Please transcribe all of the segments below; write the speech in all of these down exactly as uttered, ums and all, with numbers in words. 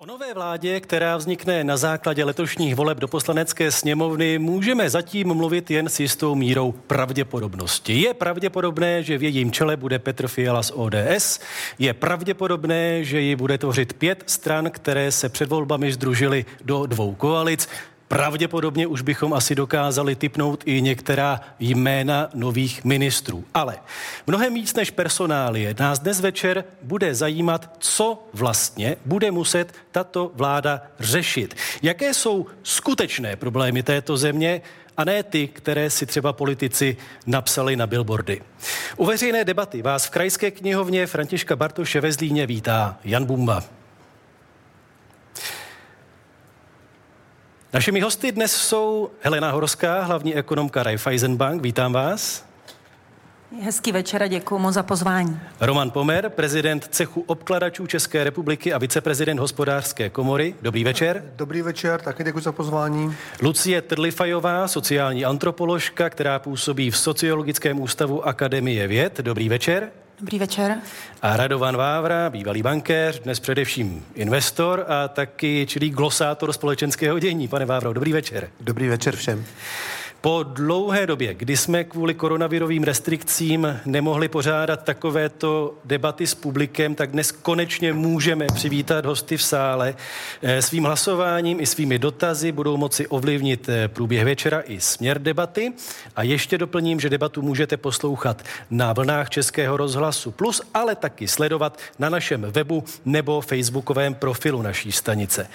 nové vládě, která vznikne na základě letošních voleb do Poslanecké sněmovny, můžeme zatím mluvit jen s jistou mírou pravděpodobnosti. Je pravděpodobné, že v jejím čele bude Petr Fiala z O D S. Je pravděpodobné, že ji bude tvořit pět stran, které se před volbami sdružily do dvou koalic. Pravděpodobně už bychom asi dokázali tipnout i některá jména nových ministrů. Ale mnohem víc než personálie nás dnes večer bude zajímat, co vlastně bude muset tato vláda řešit. Jaké jsou skutečné problémy této země a ne ty, které si třeba politici napsali na billboardy. U veřejné debaty vás v Krajské knihovně Františka Bartoše ve Zlíně vítá Jan Bumba. Našimi hosty dnes jsou Helena Horská, hlavní ekonomka Raiffeisenbank. Vítám vás. Hezký večer a děkuji moc za pozvání. Roman Pomer, prezident cechu obkladačů České republiky a viceprezident hospodářské komory. Dobrý večer. Dobrý večer, taky děkuji za pozvání. Lucie Trlifajová, sociální antropoložka, která působí v Sociologickém ústavu Akademie věd. Dobrý večer. Dobrý večer. A Radovan Vávra, bývalý bankéř, dnes především investor a taky čilý glosátor společenského dění. Pane Vávro, dobrý večer. Dobrý večer všem. Po dlouhé době, kdy jsme kvůli koronavirovým restrikcím nemohli pořádat takovéto debaty s publikem, tak dnes konečně můžeme přivítat hosty v sále. Svým hlasováním i svými dotazy budou moci ovlivnit průběh večera i směr debaty. A ještě doplním, že debatu můžete poslouchat na vlnách Českého rozhlasu Plus, ale taky sledovat na našem webu nebo facebookovém profilu naší stanice.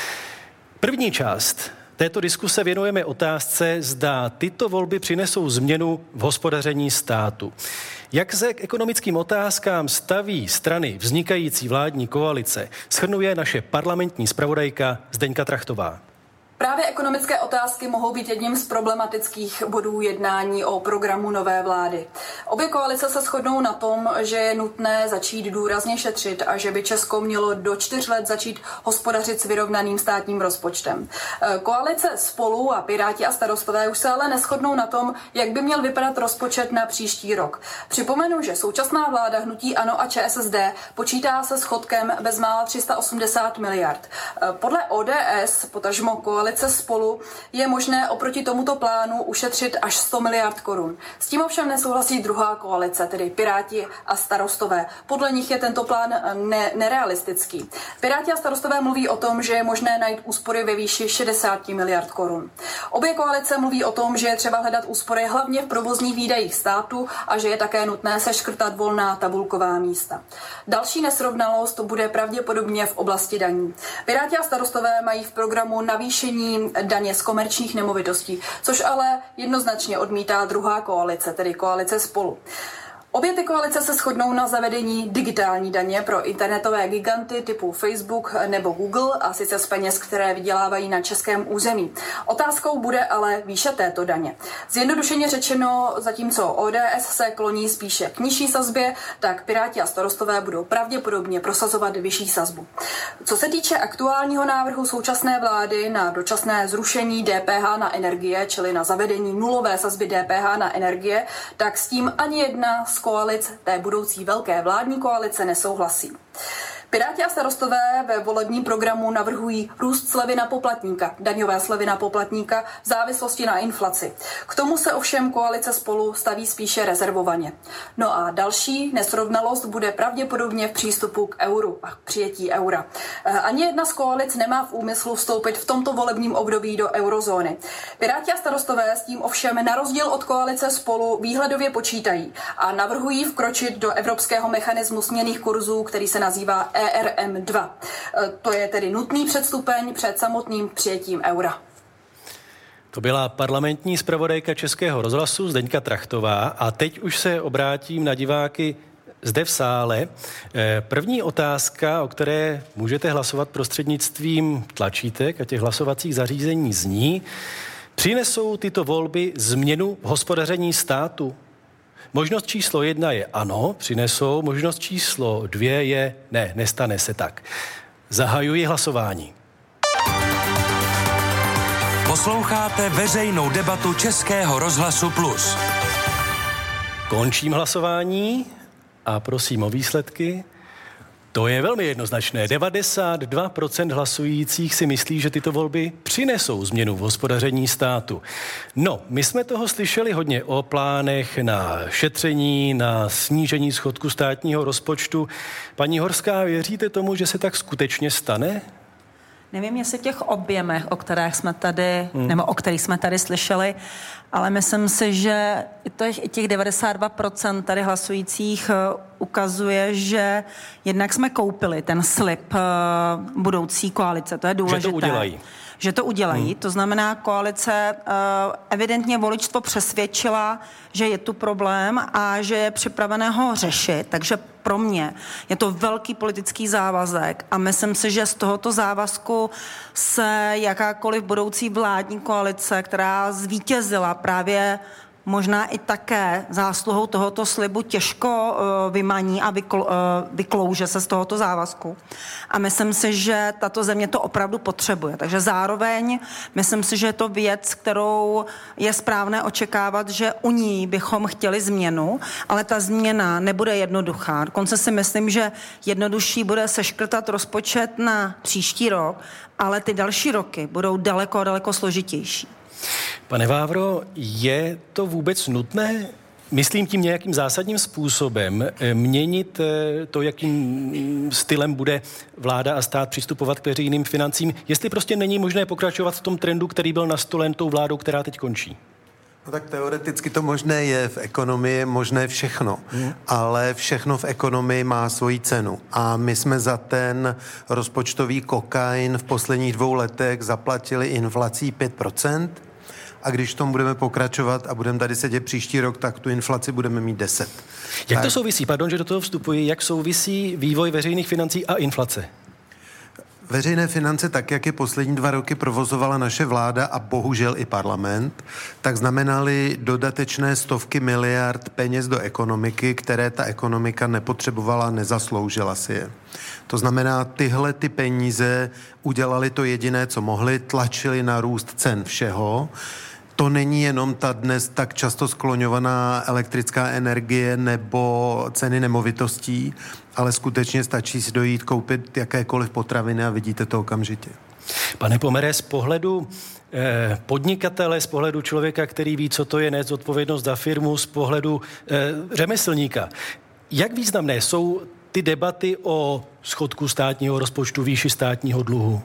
První část této diskuse věnujeme otázce, zda tyto volby přinesou změnu v hospodaření státu. Jak se k ekonomickým otázkám staví strany vznikající vládní koalice, shrnuje naše parlamentní zpravodajka Zdeňka Trachtová. Právě ekonomické otázky mohou být jedním z problematických bodů jednání o programu nové vlády. Obě koalice se shodnou na tom, že je nutné začít důrazně šetřit a že by Česko mělo do čtyř let začít hospodařit s vyrovnaným státním rozpočtem. Koalice Spolu a Piráti a Starostové už se ale neshodnou na tom, jak by měl vypadat rozpočet na příští rok. Připomenu, že současná vláda hnutí ANO a ČSSD počítá se schodkem bezmála tři sta osmdesát miliard. Podle O D S, potažmo koalice Spolu, je možné oproti tomuto plánu ušetřit až sto miliard korun. S tím ovšem nesouhlasí druhá koalice, tedy Piráti a Starostové. Podle nich je tento plán ne- nerealistický. Piráti a Starostové mluví o tom, že je možné najít úspory ve výši šedesát miliard korun. Obě koalice mluví o tom, že je třeba hledat úspory hlavně v provozních výdajích státu a že je také nutné seškrtat volná tabulková místa. Další nesrovnalost bude pravděpodobně v oblasti daní. Piráti a Starostové mají v programu navýšení daně z komerčních nemovitostí, což ale jednoznačně odmítá druhá koalice, tedy koalice Spolu. Obě ty koalice se shodnou na zavedení digitální daně pro internetové giganty typu Facebook nebo Google, a sice z peněz, které vydělávají na českém území. Otázkou bude ale výše této daně. Zjednodušeně řečeno, zatímco O D S se kloní spíše k nižší sazbě, tak Piráti a Starostové budou pravděpodobně prosazovat vyšší sazbu. Co se týče aktuálního návrhu současné vlády na dočasné zrušení D P H na energie, čili na zavedení nulové sazby D P H na energie, tak s tím ani jedna z koalic té budoucí velké vládní koalice nesouhlasí. Piráti a Starostové ve volebním programu navrhují růst slevy na poplatníka, daňové slevy na poplatníka v závislosti na inflaci. K tomu se ovšem koalice Spolu staví spíše rezervovaně. No a další nesrovnalost bude pravděpodobně v přístupu k euru a k přijetí eura. Ani jedna z koalic nemá v úmyslu vstoupit v tomto volebním období do eurozóny. Piráti a Starostové s tím ovšem na rozdíl od koalice Spolu výhledově počítají a navrhují vkročit do evropského mechanismu směnných kurzů, který se nazývá E R M dva. To je tedy nutný předstupeň před samotným přijetím eura. To byla parlamentní zpravodajka Českého rozhlasu Zdeňka Trachtová a teď už se obrátím na diváky zde v sále. První otázka, o které můžete hlasovat prostřednictvím tlačítek a těch hlasovacích zařízení zní: přinesou tyto volby změnu v hospodaření státu? Možnost číslo jedna je ano, přinesou. Možnost číslo dvě je ne, nestane se tak. Zahajuji hlasování. Posloucháte veřejnou debatu Českého rozhlasu Plus. Končím hlasování a prosím o výsledky. To je velmi jednoznačné. devadesát dva procent hlasujících si myslí, že tyto volby přinesou změnu v hospodaření státu. No, my jsme toho slyšeli hodně o plánech na šetření, na snížení schodku státního rozpočtu. Paní Horská, věříte tomu, že se tak skutečně stane? Nevím, jestli v těch objemech, o kterých jsme tady, hmm. nebo o kterých jsme tady slyšeli, ale myslím si, že těch, těch devadesát dva procent tady hlasujících ukazuje, že jednak jsme koupili ten slib budoucí koalice. To je důležité. Že to udělají. Že to udělají. Hmm. To znamená, koalice uh, evidentně voličstvo přesvědčila, že je tu problém a že je připravené ho řešit. Takže pro mě je to velký politický závazek a myslím si, že z tohoto závazku se jakákoliv budoucí vládní koalice, která zvítězila právě možná i také zásluhou tohoto slibu těžko uh, vymaní a vykl, uh, vyklouže se z tohoto závazku. A myslím si, že tato země to opravdu potřebuje. Takže zároveň myslím si, že je to věc, kterou je správné očekávat, že u ní bychom chtěli změnu, ale ta změna nebude jednoduchá. Dokonce si myslím, že jednodušší bude seškrtat rozpočet na příští rok, ale ty další roky budou daleko, daleko složitější. Pane Vávro, je to vůbec nutné? Myslím tím nějakým zásadním způsobem měnit to, jakým stylem bude vláda a stát přistupovat k veřejným financím, jestli prostě není možné pokračovat v tom trendu, který byl nastolen tou vládou, která teď končí? No tak teoreticky to možné je, v ekonomii je možné všechno, hmm. ale všechno v ekonomii má svoji cenu. A my jsme za ten rozpočtový kokain v posledních dvou letech zaplatili inflací pět procent. A když v tom budeme pokračovat a budeme tady sedět příští rok, tak tu inflaci budeme mít deset. Jak tak... to souvisí, pardon, že do toho vstupuji, jak souvisí vývoj veřejných financí a inflace? Veřejné finance, tak jak je poslední dva roky provozovala naše vláda a bohužel i parlament, tak znamenaly dodatečné stovky miliard peněz do ekonomiky, které ta ekonomika nepotřebovala, nezasloužila si je. To znamená, tyhle ty peníze udělali to jediné, co mohli, tlačili na růst cen všeho. To není jenom ta dnes tak často skloňovaná elektrická energie nebo ceny nemovitostí, ale skutečně stačí si dojít koupit jakékoliv potraviny a vidíte to okamžitě. Pane Pomere, z pohledu eh, podnikatele, z pohledu člověka, který ví, co to je nést odpovědnost za firmu, z pohledu eh, řemeslníka, jak významné jsou ty debaty o schodku státního rozpočtu, výši státního dluhu?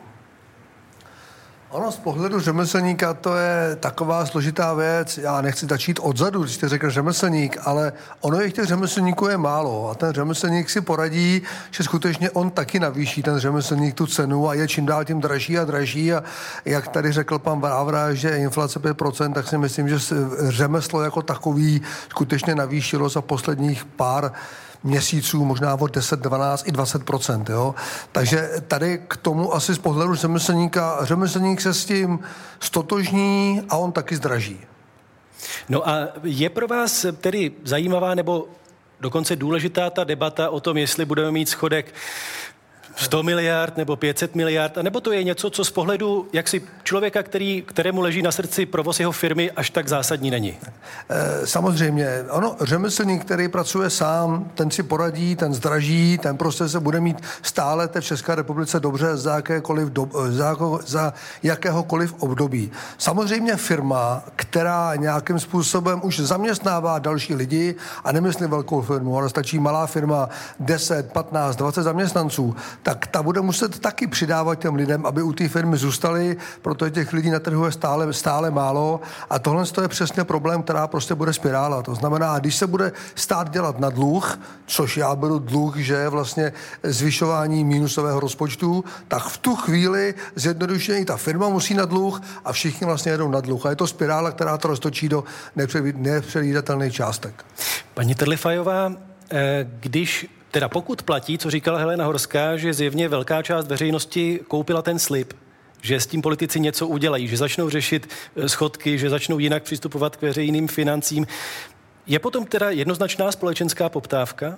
Ono z pohledu řemeslníka to je taková složitá věc. Já nechci začít odzadu, když jste řekl řemeslník, ale ono je těch řemeslníků je málo a ten řemeslník si poradí, že skutečně on taky navýší ten řemeslník tu cenu a je čím dál tím dražší a draží a jak tady řekl pan Vávra, že inflace pět procent, tak si myslím, že řemeslo jako takový skutečně navýšilo za posledních pár měsíců, možná o deset, dvanáct i dvacet procent, jo. Takže tady k tomu asi z pohledu řemeslníka, řemeslník se s tím stotožní a on taky zdraží. No a je pro vás tedy zajímavá nebo dokonce důležitá ta debata o tom, jestli budeme mít schodek sto miliard nebo pět set miliard, nebo to je něco, co z pohledu jaksi člověka, který, kterému leží na srdci provoz jeho firmy, až tak zásadní není? E, samozřejmě. Ono, řemeslník, který pracuje sám, ten si poradí, ten zdraží, ten prostě se bude mít stále v České republice dobře za, jakékoliv do, za, za jakéhokoliv období. Samozřejmě firma, která nějakým způsobem už zaměstnává další lidi, a nemyslím velkou firmu, ale stačí malá firma, deset, patnáct, dvacet zaměstnanců, tak ta bude muset taky přidávat těm lidem, aby u té firmy zůstali, protože těch lidí na trhu je stále, stále málo a tohle je přesně problém, která prostě bude spirála. To znamená, když se bude stát dělat na dluh, což já beru dluh, že je vlastně zvyšování mínusového rozpočtu, tak v tu chvíli zjednodušeně i ta firma musí na dluh a všichni vlastně jedou na dluh. A je to spirála, která to roztočí do nepředvídatelných částek. Paní Trlifajová, když Teda pokud platí, co říkala Helena Horská, že zjevně velká část veřejnosti koupila ten slib, že s tím politici něco udělají, že začnou řešit schodky, že začnou jinak přistupovat k veřejným financím. Je potom teda jednoznačná společenská poptávka?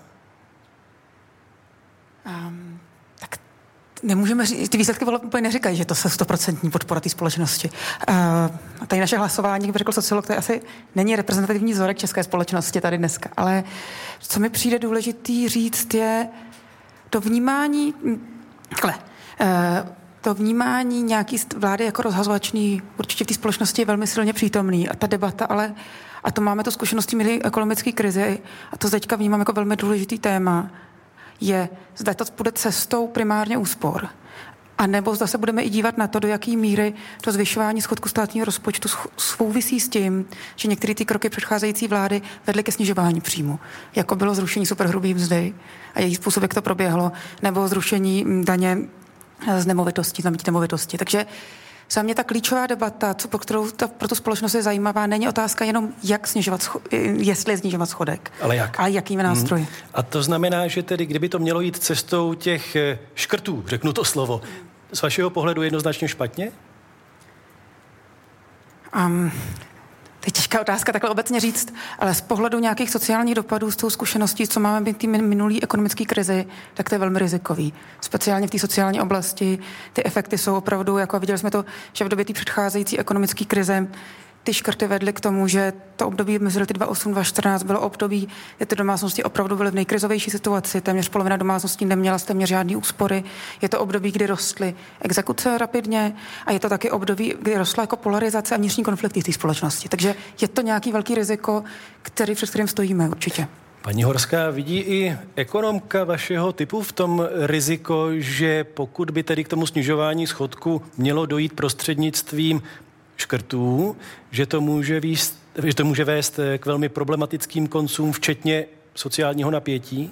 Um, tak nemůžeme říct, ty výsledky voleb úplně neříkají, že to se stoprocentní podpora té společnosti. Uh, tady naše hlasování, jak by řekl sociolog, to asi není reprezentativní vzorek české společnosti tady dneska, ale co mi přijde důležitý říct je, To vnímání, takhle, to vnímání nějaký vlády jako rozhazovačný určitě v té společnosti je velmi silně přítomný a ta debata, ale a to máme to zkušenosti milí ekonomické krizi a to teďka vnímám jako velmi důležitý téma, je, zda to bude cestou primárně úspor. A nebo zda se budeme i dívat na to, do jaké míry to zvyšování schodku státního rozpočtu souvisí s tím, že některé ty kroky předcházející vlády vedly ke snižování příjmu, jako bylo zrušení superhrubé mzdy a její způsob, jak to proběhlo, nebo zrušení daně z nemovitosti, znamená nemovitosti. Takže za mě ta klíčová debata, co, pro kterou ta, pro tu společnost je zajímavá, není otázka jenom, jak snižovat, scho- jestli snižovat schodek, ale jak? Ale jakými nástroji. Hmm. A to znamená, že tedy, kdyby to mělo jít cestou těch škrtů, řeknu to slovo, z vašeho pohledu jednoznačně špatně? Um, teď těžká otázka takhle obecně říct, ale z pohledu nějakých sociálních dopadů, s tou zkušeností, co máme být té minulý ekonomické krizi, tak to je velmi rizikový. Speciálně v té sociální oblasti ty efekty jsou opravdu, jako viděli jsme to, že v době té předcházející ekonomické krize ty škrty vedly k tomu, že to období mezi lety dva tisíce osm dva tisíce čtrnáct bylo období, kdy ty domácnosti opravdu byly v nejkrizovější situaci, téměř polovina domácností neměla téměř žádný úspory. Je to období, kdy rostly exekuce rapidně a je to taky období, kdy rostla jako polarizace a vnitřní konflikty v té společnosti. Takže je to nějaký velký riziko, který, před kterým stojíme určitě. Paní Horská, vidí i ekonomka vašeho typu v tom riziko, že pokud by tedy k tomu snižování schodku mělo dojít prostřednictvím škrtů, že to může výst, že to může vést k velmi problematickým koncům, včetně sociálního napětí?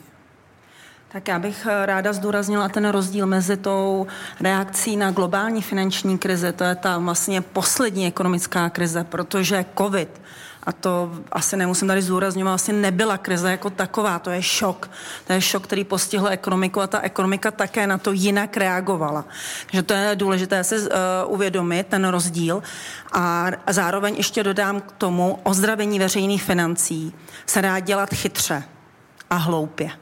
Tak já bych ráda zdůraznila ten rozdíl mezi tou reakcí na globální finanční krizi, to je ta vlastně poslední ekonomická krize, protože covid, a to asi nemusím tady zdůrazňovat, asi nebyla krize jako taková, to je šok. To je šok, který postihl ekonomiku a ta ekonomika také na to jinak reagovala. Takže to je důležité si uh, uvědomit, ten rozdíl. A zároveň ještě dodám k tomu, ozdravení veřejných financí se dá dělat chytře a hloupě.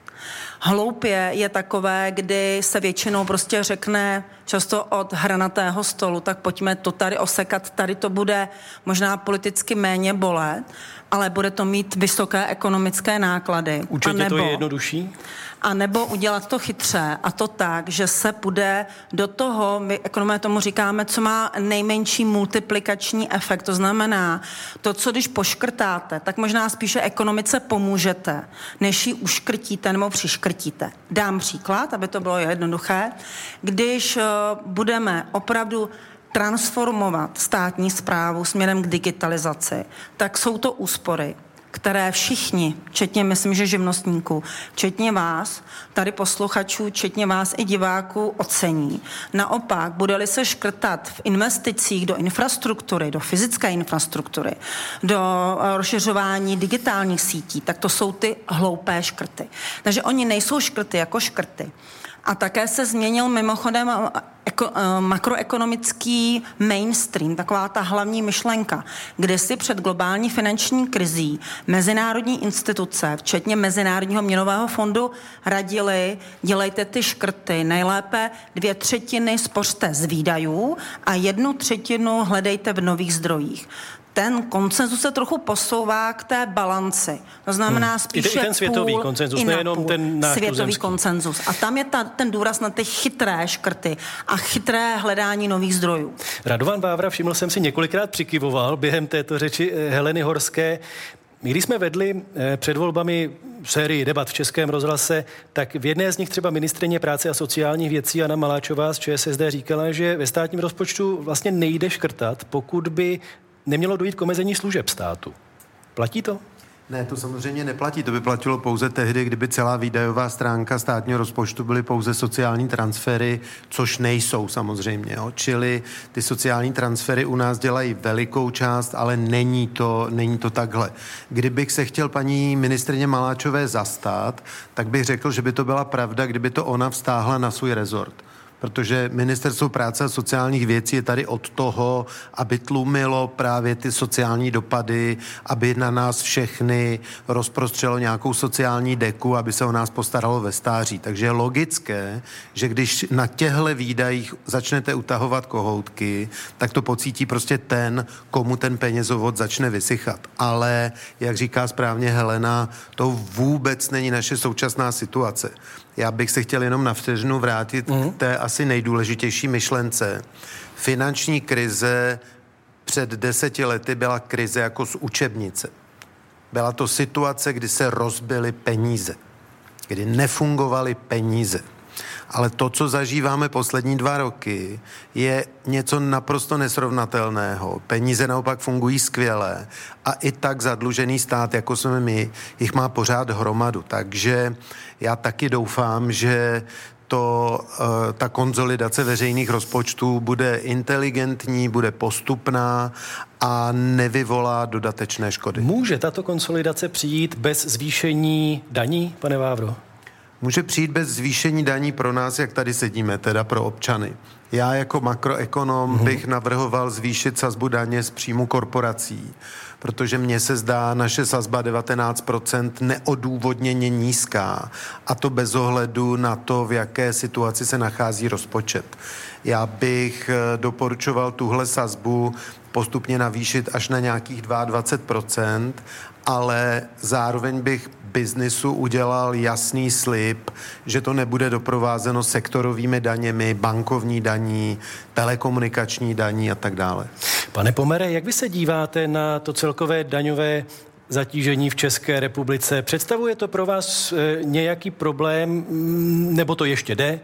Hloupě je takové, kdy se většinou prostě řekne často od hranatého stolu, tak pojďme to tady osekat, tady to bude možná politicky méně bolet, ale bude to mít vysoké ekonomické náklady. Určitě to je jednodušší? A nebo udělat to chytře a to tak, že se půjde do toho, my ekonomé tomu říkáme, co má nejmenší multiplikační efekt. To znamená, to, co když poškrtáte, tak možná spíše ekonomice pomůžete, než ji uškrtíte nebo přiškrtíte. Dám příklad, aby to bylo jednoduché. Když uh, budeme opravdu transformovat státní správu směrem k digitalizaci, tak jsou to úspory, které všichni, včetně, myslím, že živnostníků, včetně vás, tady posluchačů, včetně vás i diváků, ocení. Naopak, bude-li se škrtat v investicích do infrastruktury, do fyzické infrastruktury, do rozšiřování digitálních sítí, tak to jsou ty hloupé škrty. Takže oni nejsou škrty jako škrty. A také se změnil mimochodem eko, makroekonomický mainstream, taková ta hlavní myšlenka, kde si před globální finanční krizí mezinárodní instituce, včetně Mezinárodního měnového fondu, radili, dělejte ty škrty, nejlépe dvě třetiny spořte z výdajů a jednu třetinu hledejte v nových zdrojích. Ten konsenzus se trochu posouvá k té balanci. To znamená hmm. spíše I ten světový konsenzus, nejenom ten náš světový tuzemský konsenzus. A tam je ta, ten důraz na ty chytré škrty a chytré hledání nových zdrojů. Radovan Vávra, všiml jsem si, několikrát přikyvoval během této řeči Heleny Horské. My, když jsme vedli před volbami sérii debat v Českém rozhlase, tak v jedné z nich třeba ministryně práce a sociálních věcí Jana Maláčová z ČSSD říkala, že ve státním rozpočtu vlastně nejde škrtat, pokud by nemělo dojít k omezení služeb státu. Platí to? Ne, to samozřejmě neplatí. To by platilo pouze tehdy, kdyby celá výdajová stránka státního rozpočtu byly pouze sociální transfery, což nejsou samozřejmě. Jo. Čili ty sociální transfery u nás dělají velikou část, ale není to, není to takhle. Kdybych se chtěl paní ministryně Maláčové zastat, tak bych řekl, že by to byla pravda, kdyby to ona vztáhla na svůj rezort. Protože Ministerstvo práce a sociálních věcí je tady od toho, aby tlumilo právě ty sociální dopady, aby na nás všechny rozprostřelo nějakou sociální deku, aby se o nás postaralo ve stáří. Takže je logické, že když na těchto výdajích začnete utahovat kohoutky, tak to pocítí prostě ten, komu ten penězovod začne vysychat. Ale, jak říká správně Helena, to vůbec není naše současná situace. Já bych se chtěl jenom na vteřinu vrátit mm. k té asi nejdůležitější myšlence. Finanční krize před deseti lety byla krize jako z učebnice. Byla to situace, kdy se rozbily peníze, kdy nefungovaly peníze. Ale to, co zažíváme poslední dva roky, je něco naprosto nesrovnatelného. Peníze naopak fungují skvěle a i tak zadlužený stát, jako jsme my, jich má pořád hromadu. Takže já taky doufám, že to, ta konsolidace veřejných rozpočtů bude inteligentní, bude postupná a nevyvolá dodatečné škody. Může tato konsolidace přijít bez zvýšení daní, pane Vávro? Může přijít bez zvýšení daní pro nás, jak tady sedíme, teda pro občany. Já jako makroekonom mm-hmm. bych navrhoval zvýšit sazbu daně z příjmu korporací, protože mně se zdá naše sazba devatenáct procent neodůvodněně nízká, a to bez ohledu na to, v jaké situaci se nachází rozpočet. Já bych doporučoval tuhle sazbu postupně navýšit až na nějakých dvacet dva procent, ale zároveň bych biznisu udělal jasný slib, že to nebude doprovázeno sektorovými daněmi, bankovní daní, telekomunikační daní a tak dále. Pane Pomere, jak vy se díváte na to celkové daňové zatížení v České republice? Představuje to pro vás nějaký problém, nebo to ještě jde?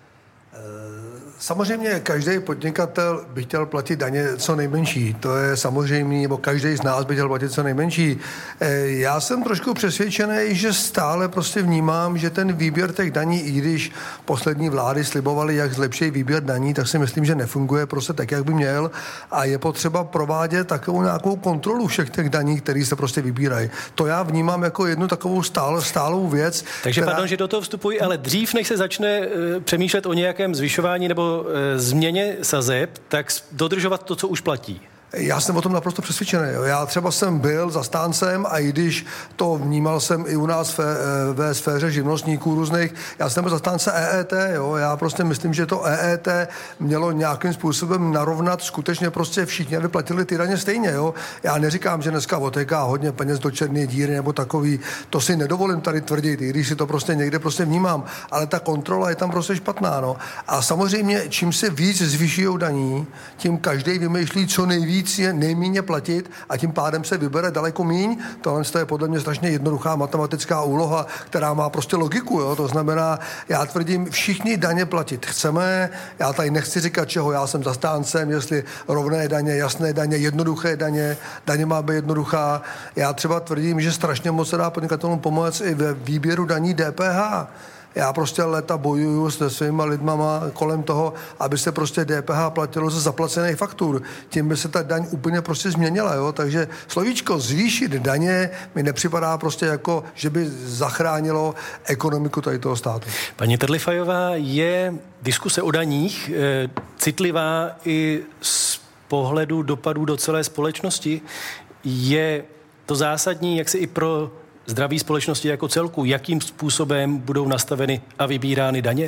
Samozřejmě každý podnikatel by chtěl platit daně co nejmenší. To je samozřejmě, nebo každý z nás by chtěl platit co nejmenší. Já jsem trošku přesvědčený, že stále prostě vnímám, že ten výběr těch daní, i když poslední vlády slibovaly, jak zlepší výběr daní, tak si myslím, že nefunguje prostě tak, jak by měl, a je potřeba provádět takovou nějakou kontrolu všech těch daní, které se prostě vybírají. To já vnímám jako jednu takovou stále, stálou věc. Takže která... pardon, že do toho vstupuji, ale dřív, než se začne uh, přemýšlet o nějakém zvyšování nebo změně sazeb, tak dodržovat to, co už platí. Já jsem o tom naprosto přesvědčený. Jo. Já třeba jsem byl zastáncem, a i když to vnímal jsem i u nás ve, ve sféře živnostníků různých, já jsem byl zastánce E E T. Jo. Já prostě myslím, že to E E T mělo nějakým způsobem narovnat skutečně prostě všichni, aby platili ty daně stejně. Jo. Já neříkám, že dneska otéká hodně peněz do černé díry nebo takový, to si nedovolím tady tvrdit, i když si to prostě někde prostě vnímám, ale ta kontrola je tam prostě špatná. No. A samozřejmě, čím se víc zvyšují daní, tím každý vymýšlí co nejvíc je nejméně platit a tím pádem se vybere daleko míň. Tohle je podle mě strašně jednoduchá matematická úloha, která má prostě logiku. Jo? To znamená, já tvrdím, všichni daně platit chceme. Já tady nechci říkat, čeho já jsem zastáncem, jestli rovné daně, jasné daně, jednoduché daně, daně má být jednoduchá. Já třeba tvrdím, že strašně moc se dá podnikatelům pomoct i ve výběru daní D P H. Já prostě léta bojuju se svýma lidmama kolem toho, aby se prostě D P H platilo ze zaplacených faktur. Tím by se ta daň úplně prostě změnila, jo. Takže slovíčko zvýšit daně mi nepřipadá prostě jako, že by zachránilo ekonomiku tady toho státu. Paní Terlifajová, je diskuse o daních e, citlivá i z pohledu dopadů do celé společnosti? Je to zásadní, jak se i pro zdraví společnosti jako celku, jakým způsobem budou nastaveny a vybírány daně?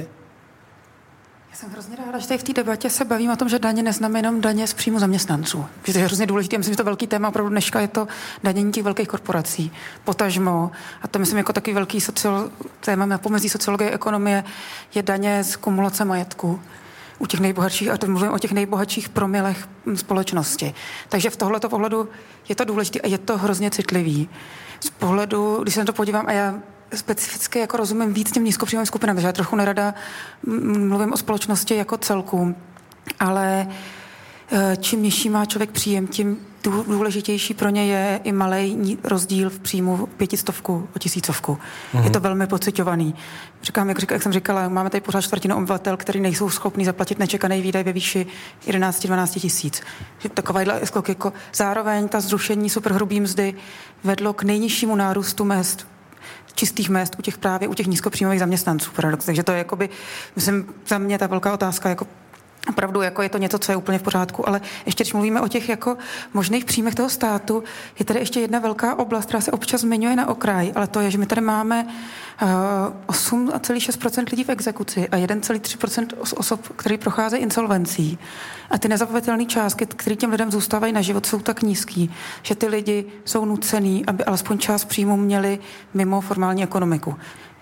Já jsem hrozně ráda, že tady v té debatě se bavím o tom, že daně neznamená jenom daně z příjmu zaměstnanců. Že to je hrozně důležité. Já myslím, že to velký téma opravdu dneška je to danění těch velkých korporací. Potažmo, a to myslím jako takový velký sociolo- téma na pomezí sociologie a ekonomie, je daně z kumulace majetku u těch nejbohatších, a to mluvím o těch nejbohatších promilech společnosti. Takže v tohleto pohledu je to důležité a je to hrozně citlivý. Z pohledu, když se na to podívám, a já specificky jako rozumím víc těm nízkopříjmovým skupinám, takže já trochu nerada mluvím o společnosti jako celku, ale čím nižší má člověk příjem, tím důležitější pro ně je i malej rozdíl v příjmu pětistovku o tisícovku. Mm-hmm. Je to velmi pociťovaný. Říkám, jak, říkám, jak jsem říkala, máme tady pořád čtvrtinu obyvatel, který nejsou schopní zaplatit nečekaný výdaj ve výši jedenáct až dvanáct tisíc. Takovýhle skok jako zároveň ta zrušení superhrubý mzdy vedlo k nejnižšímu nárůstu mezd, čistých mezd u těch právě u těch nízkopříjmových zaměstnanců. Paradox. Takže to je jakoby, myslím, za mě ta velká otázka, jako opravdu jako je to něco, co je úplně v pořádku, ale ještě když mluvíme o těch jako možných příjmech toho státu, je tady ještě jedna velká oblast, která se občas zmiňuje na okraj, ale to je, že my tady máme uh, osm celá šest procenta lidí v exekuci a jedna celá tři procenta osob, které procházejí insolvencí. A ty nezabavitelné částky, které těm lidem zůstávají na život, jsou tak nízký, že ty lidi jsou nucený, aby alespoň část příjmu měli mimo formální ekonomiku.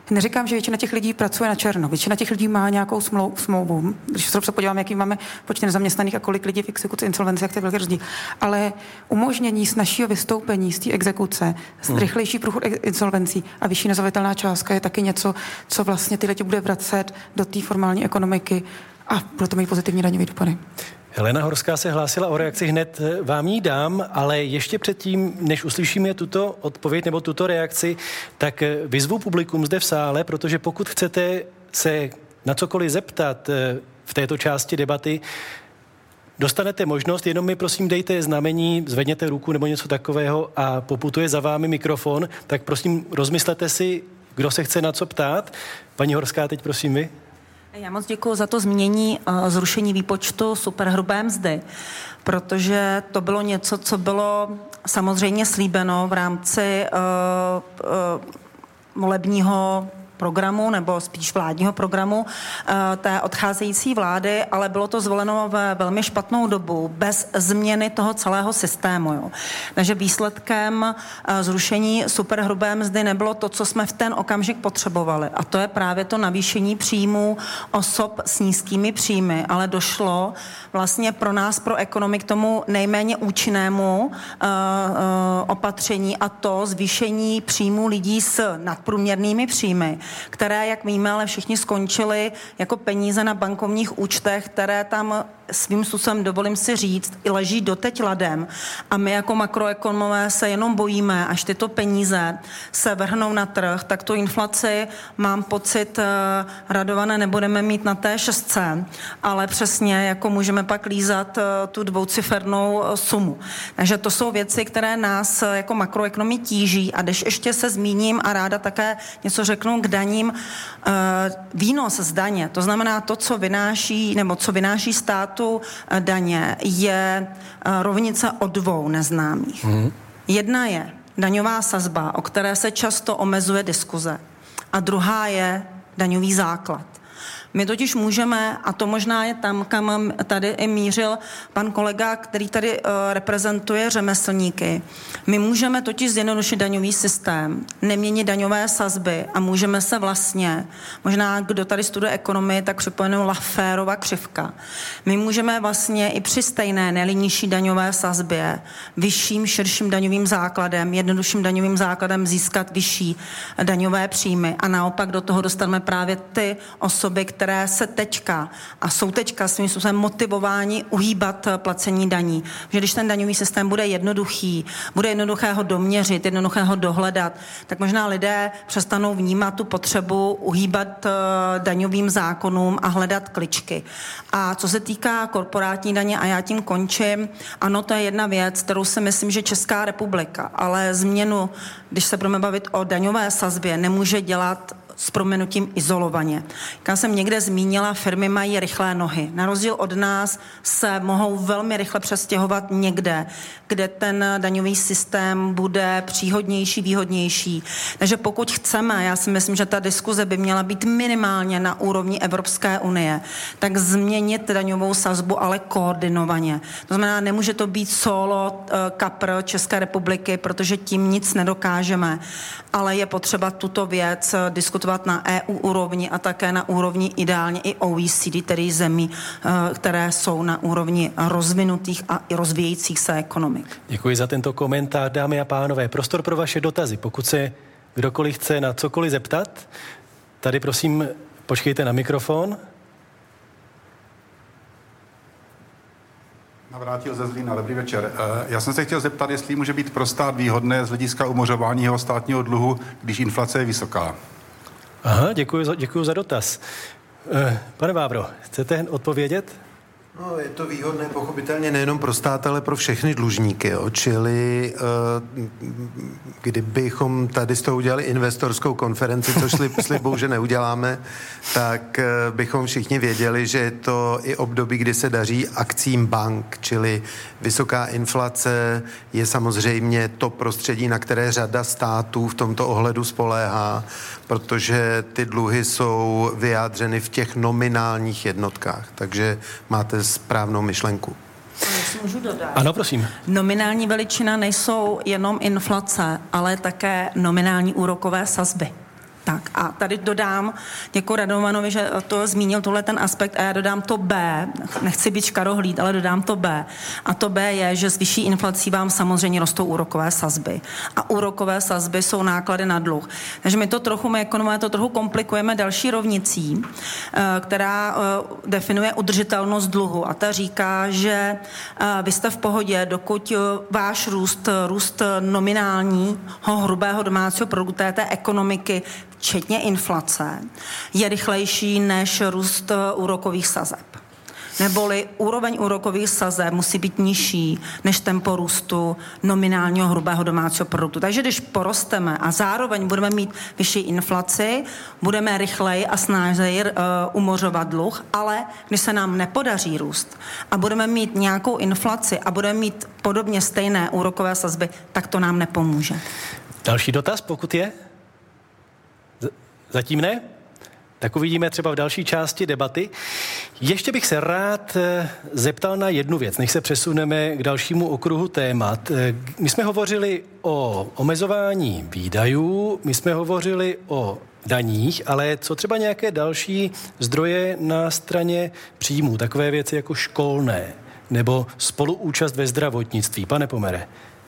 Neříkám, že většina těch lidí pracuje na černo. Většina těch lidí má nějakou smlou, smlouvu. Když se podívám, jaký máme počty nezaměstnaných a kolik lidí v exekuci, insolvenci, jak to je velký rozdíl. Ale umožnění snazšího vystoupení z té exekuce, hmm. rychlejší průchod insolvencí a vyšší nezavitelná částka je taky něco, co vlastně ty lidi bude vracet do té formální ekonomiky a bude to mít pozitivní daňový dopady. Helena Horská se hlásila o reakci, hned vám ji dám, ale ještě předtím, než uslyšíme tuto odpověď nebo tuto reakci, tak vyzvu publikum zde v sále, protože pokud chcete se na cokoliv zeptat v této části debaty, dostanete možnost, jenom mi prosím dejte znamení, zvedněte ruku nebo něco takového a poputuje za vámi mikrofon, tak prosím rozmyslete si, kdo se chce na co ptát. Paní Horská, teď prosím vy. Já moc děkuji za to změnění uh, zrušení výpočtu superhrubé mzdy, protože to bylo něco, co bylo samozřejmě slíbeno v rámci uh, uh, volebního programu, nebo spíš vládního programu uh, té odcházející vlády, ale bylo to zvoleno ve velmi špatnou dobu, bez změny toho celého systému. Jo. Takže výsledkem uh, zrušení superhrubé mzdy nebylo to, co jsme v ten okamžik potřebovali. A to je právě to navýšení příjmů osob s nízkými příjmy, ale došlo vlastně pro nás, pro ekonomii, k tomu nejméně účinnému uh, uh, opatření, a to zvýšení příjmů lidí s nadprůměrnými příjmy, které, jak víme, ale všichni skončili jako peníze na bankovních účtech, které tam svým způsobem, dovolím si říct, i leží doteď ladem. A my jako makroekonomové se jenom bojíme, až tyto peníze se vrhnou na trh, tak tu inflaci, mám pocit, radované nebudeme mít na té šestce, ale přesně jako můžeme pak lízat tu dvoucifernou sumu. Takže to jsou věci, které nás jako makroekonomii tíží. A když ještě se zmíním a ráda také něco řeknu k daním, výnos z daně, to znamená to, co vynáší, nebo co vynáší státu daně, je rovnice o dvou neznámých. Hmm. Jedna je daňová sazba, o které se často omezuje diskuze. A druhá je daňový základ. My totiž můžeme, a to možná je tam, kam tady i mířil pan kolega, který tady uh, reprezentuje řemeslníky. My můžeme totiž zjednodušit daňový systém, neměnit daňové sazby a můžeme se vlastně, možná kdo tady studuje ekonomii, tak připomenu Lafferova křivka. My můžeme vlastně i při stejné nejnižší daňové sazbě, vyšším, širším daňovým základem, jednodušším daňovým základem získat vyšší daňové příjmy a naopak do toho dostaneme právě ty osoby, které které se teďka a jsou teďka svým způsobem motivováni uhýbat placení daní. Že když ten daňový systém bude jednoduchý, bude jednoduché ho doměřit, jednoduché ho dohledat, tak možná lidé přestanou vnímat tu potřebu uhýbat daňovým zákonům a hledat kličky. A co se týká korporátní daně, a já tím končím, ano, to je jedna věc, kterou si myslím, že Česká republika, ale změnu, když se budeme bavit o daňové sazbě, nemůže dělat s prominutím izolovaně. Jak jsem někde zmínila, firmy mají rychlé nohy. Na rozdíl od nás se mohou velmi rychle přestěhovat někde, kde ten daňový systém bude příhodnější, výhodnější. Takže pokud chceme, já si myslím, že ta diskuze by měla být minimálně na úrovni Evropské unie, tak změnit daňovou sazbu, ale koordinovaně. To znamená, nemůže to být solo kapr České republiky, protože tím nic nedokážeme, ale je potřeba tuto věc diskutovat na E U úrovni a také na úrovni ideálně i O E C D, tedy zemí, které jsou na úrovni rozvinutých a i rozvíjejících se ekonomik. Děkuji za tento komentář, dámy a pánové. Prostor pro vaše dotazy. Pokud se kdokoliv chce na cokoliv zeptat, tady prosím počkejte na mikrofon. Navrátil ze Zlína, dobrý večer. Já jsem se chtěl zeptat, jestli může být pro stát výhodné z hlediska umořování jeho státního dluhu, když inflace je vysoká. Aha, děkuji za, děkuji za dotaz. Pane Vávro, chcete odpovědět? No, je to výhodné pochopitelně nejenom pro stát, ale pro všechny dlužníky. Jo. Čili kdybychom tady z toho udělali investorskou konferenci, což slib, slibuju, že neuděláme, tak bychom všichni věděli, že je to i období, kdy se daří akcím bank, čili vysoká inflace je samozřejmě to prostředí, na které řada států v tomto ohledu spoléhá, protože ty dluhy jsou vyjádřeny v těch nominálních jednotkách. Takže máte správnou myšlenku. Můžu dodat? Ano, prosím. Nominální veličina nejsou jenom inflace, ale také nominální úrokové sazby. Tak a tady dodám, děkuji Radovanovi, že to zmínil tuhle ten aspekt a já dodám to B, nechci být škarohlíd, ale dodám to B. A to B je, že s vyšší inflací vám samozřejmě rostou úrokové sazby. A úrokové sazby jsou náklady na dluh. Takže my to trochu, my ekonomové to trochu komplikujeme další rovnicí, která definuje udržitelnost dluhu. A ta říká, že vy jste v pohodě, dokud váš růst, růst nominálního hrubého domácího produktu té ekonomiky, včetně inflace, je rychlejší než růst úrokových sazeb. Neboli úroveň úrokových sazeb musí být nižší než tempo růstu nominálního hrubého domácího produktu. Takže když porosteme a zároveň budeme mít vyšší inflaci, budeme rychleji a snážeji uh, umořovat dluh, ale když se nám nepodaří růst a budeme mít nějakou inflaci a budeme mít podobně stejné úrokové sazby, tak to nám nepomůže. Další dotaz, pokud je? Zatím ne? Tak uvidíme třeba v další části debaty. Ještě bych se rád zeptal na jednu věc, než se přesuneme k dalšímu okruhu témat. My jsme hovořili o omezování výdajů, my jsme hovořili o daních, ale co třeba nějaké další zdroje na straně příjmů, takové věci jako školné nebo spoluúčast ve zdravotnictví. Pane Pomere.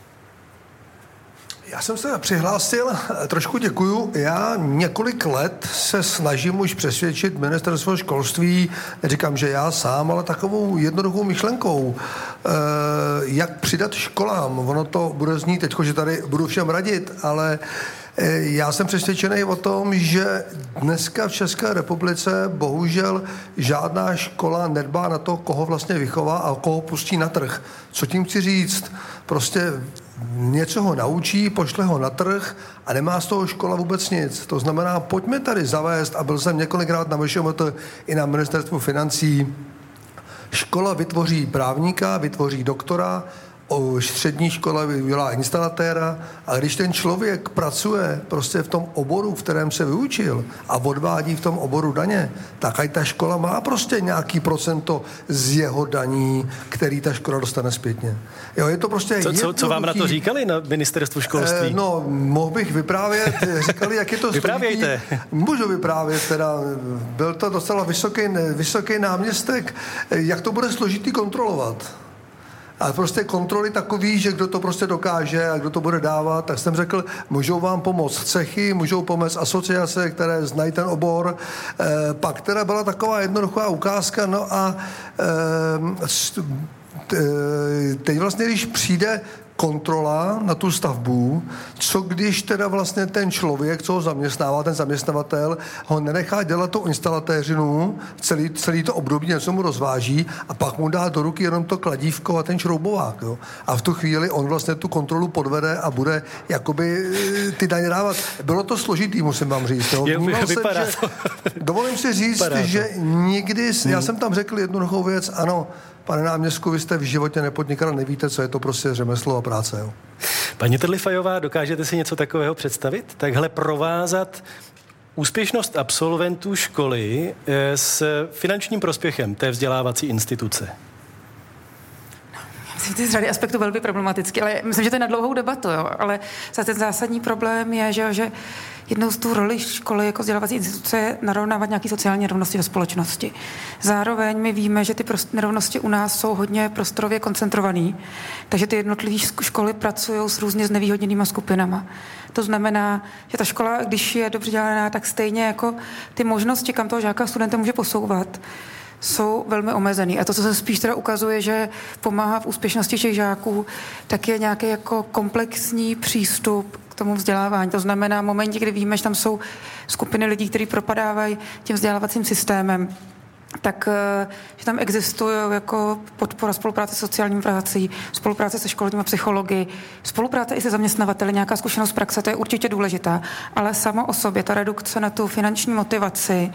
Já jsem se přihlásil, trošku děkuju. Já několik let se snažím už přesvědčit ministerstvo školství, neříkám, že já sám, ale takovou jednoduchou myšlenkou, jak přidat školám. Ono to bude znít teď, že tady budu všem radit, ale já jsem přesvědčený o tom, že dneska v České republice bohužel žádná škola nedbá na to, koho vlastně vychová a koho pustí na trh. Co tím chci říct? Prostě něco ho naučí, pošle ho na trh a nemá z toho škola vůbec nic. To znamená, pojďme tady zavést, a byl jsem několikrát na VŠMT i na ministerstvu financí, škola vytvoří právníka, vytvoří doktora, o střední škole vyudělá instalatéra a když ten člověk pracuje prostě v tom oboru, v kterém se vyučil a odvádí v tom oboru daně, tak ať ta škola má prostě nějaký procento z jeho daní, který ta škola dostane zpětně. Jo, je to prostě co, co, co vám na to říkali na ministerstvu školství? Eh, no, mohl bych vyprávět, říkali, jak je to Vyprávějte. Můžu vyprávět, teda byl to docela vysoký, vysoký náměstek, jak to bude složitý kontrolovat. A prostě kontroly takový, že kdo to prostě dokáže a kdo to bude dávat, tak jsem řekl, můžou vám pomoct cechy, můžou pomoct asociace, které znají ten obor. E, pak teda byla taková jednoduchá ukázka, no a e, teď vlastně, když přijde kontrola na tu stavbu, co když teda vlastně ten člověk, co ho zaměstnává, ten zaměstnavatel, ho nenechá dělat tu instalatéřinu celý, celý to období, něco mu rozváží a pak mu dá do ruky jenom to kladívko a ten šroubovák. Jo? A v tu chvíli on vlastně tu kontrolu podvede a bude jakoby ty daně dávat. Bylo to složitý, musím vám říct. Jo? Je, jsem, vypadá že, to. Dovolím si říct, že nikdy, hmm. já jsem tam řekl jednoduchou věc, ano, pane náměstku, vy jste v životě nepodnikal, nevíte, co je to prostě řemeslo a práce. Jo. Paní Trlifajová, dokážete si něco takového představit? Takhle provázat úspěšnost absolventů školy s finančním prospěchem té vzdělávací instituce? Myslím, že to je z řady aspektů velmi problematický, ale myslím, že to je na dlouhou debatu, jo. Ale ten zásadní problém je, že, že jednou z tu roli školy jako vzdělávací instituce je narovnávat nějaké sociální nerovnosti ve společnosti. Zároveň my víme, že ty nerovnosti u nás jsou hodně prostorově koncentrované, takže ty jednotlivé školy pracují s různě znevýhodněnýma skupinama. To znamená, že ta škola, když je dobře dělaná, tak stejně jako ty možnosti, kam toho žáka studenta může posouvat, jsou velmi omezený. A to, co se spíš teda ukazuje, že pomáhá v úspěšnosti těch žáků, tak je nějaký jako komplexní přístup k tomu vzdělávání. To znamená, v momentě, kdy víme, že tam jsou skupiny lidí, kteří propadávají tím vzdělávacím systémem, tak že tam existuje jako podpora spolupráce s sociální prací, spolupráce se školními psychologi, spolupráce i se zaměstnavateli, nějaká zkušenost praxe, to je určitě důležitá, ale sama o sobě, ta redukce na tu finanční motivaci,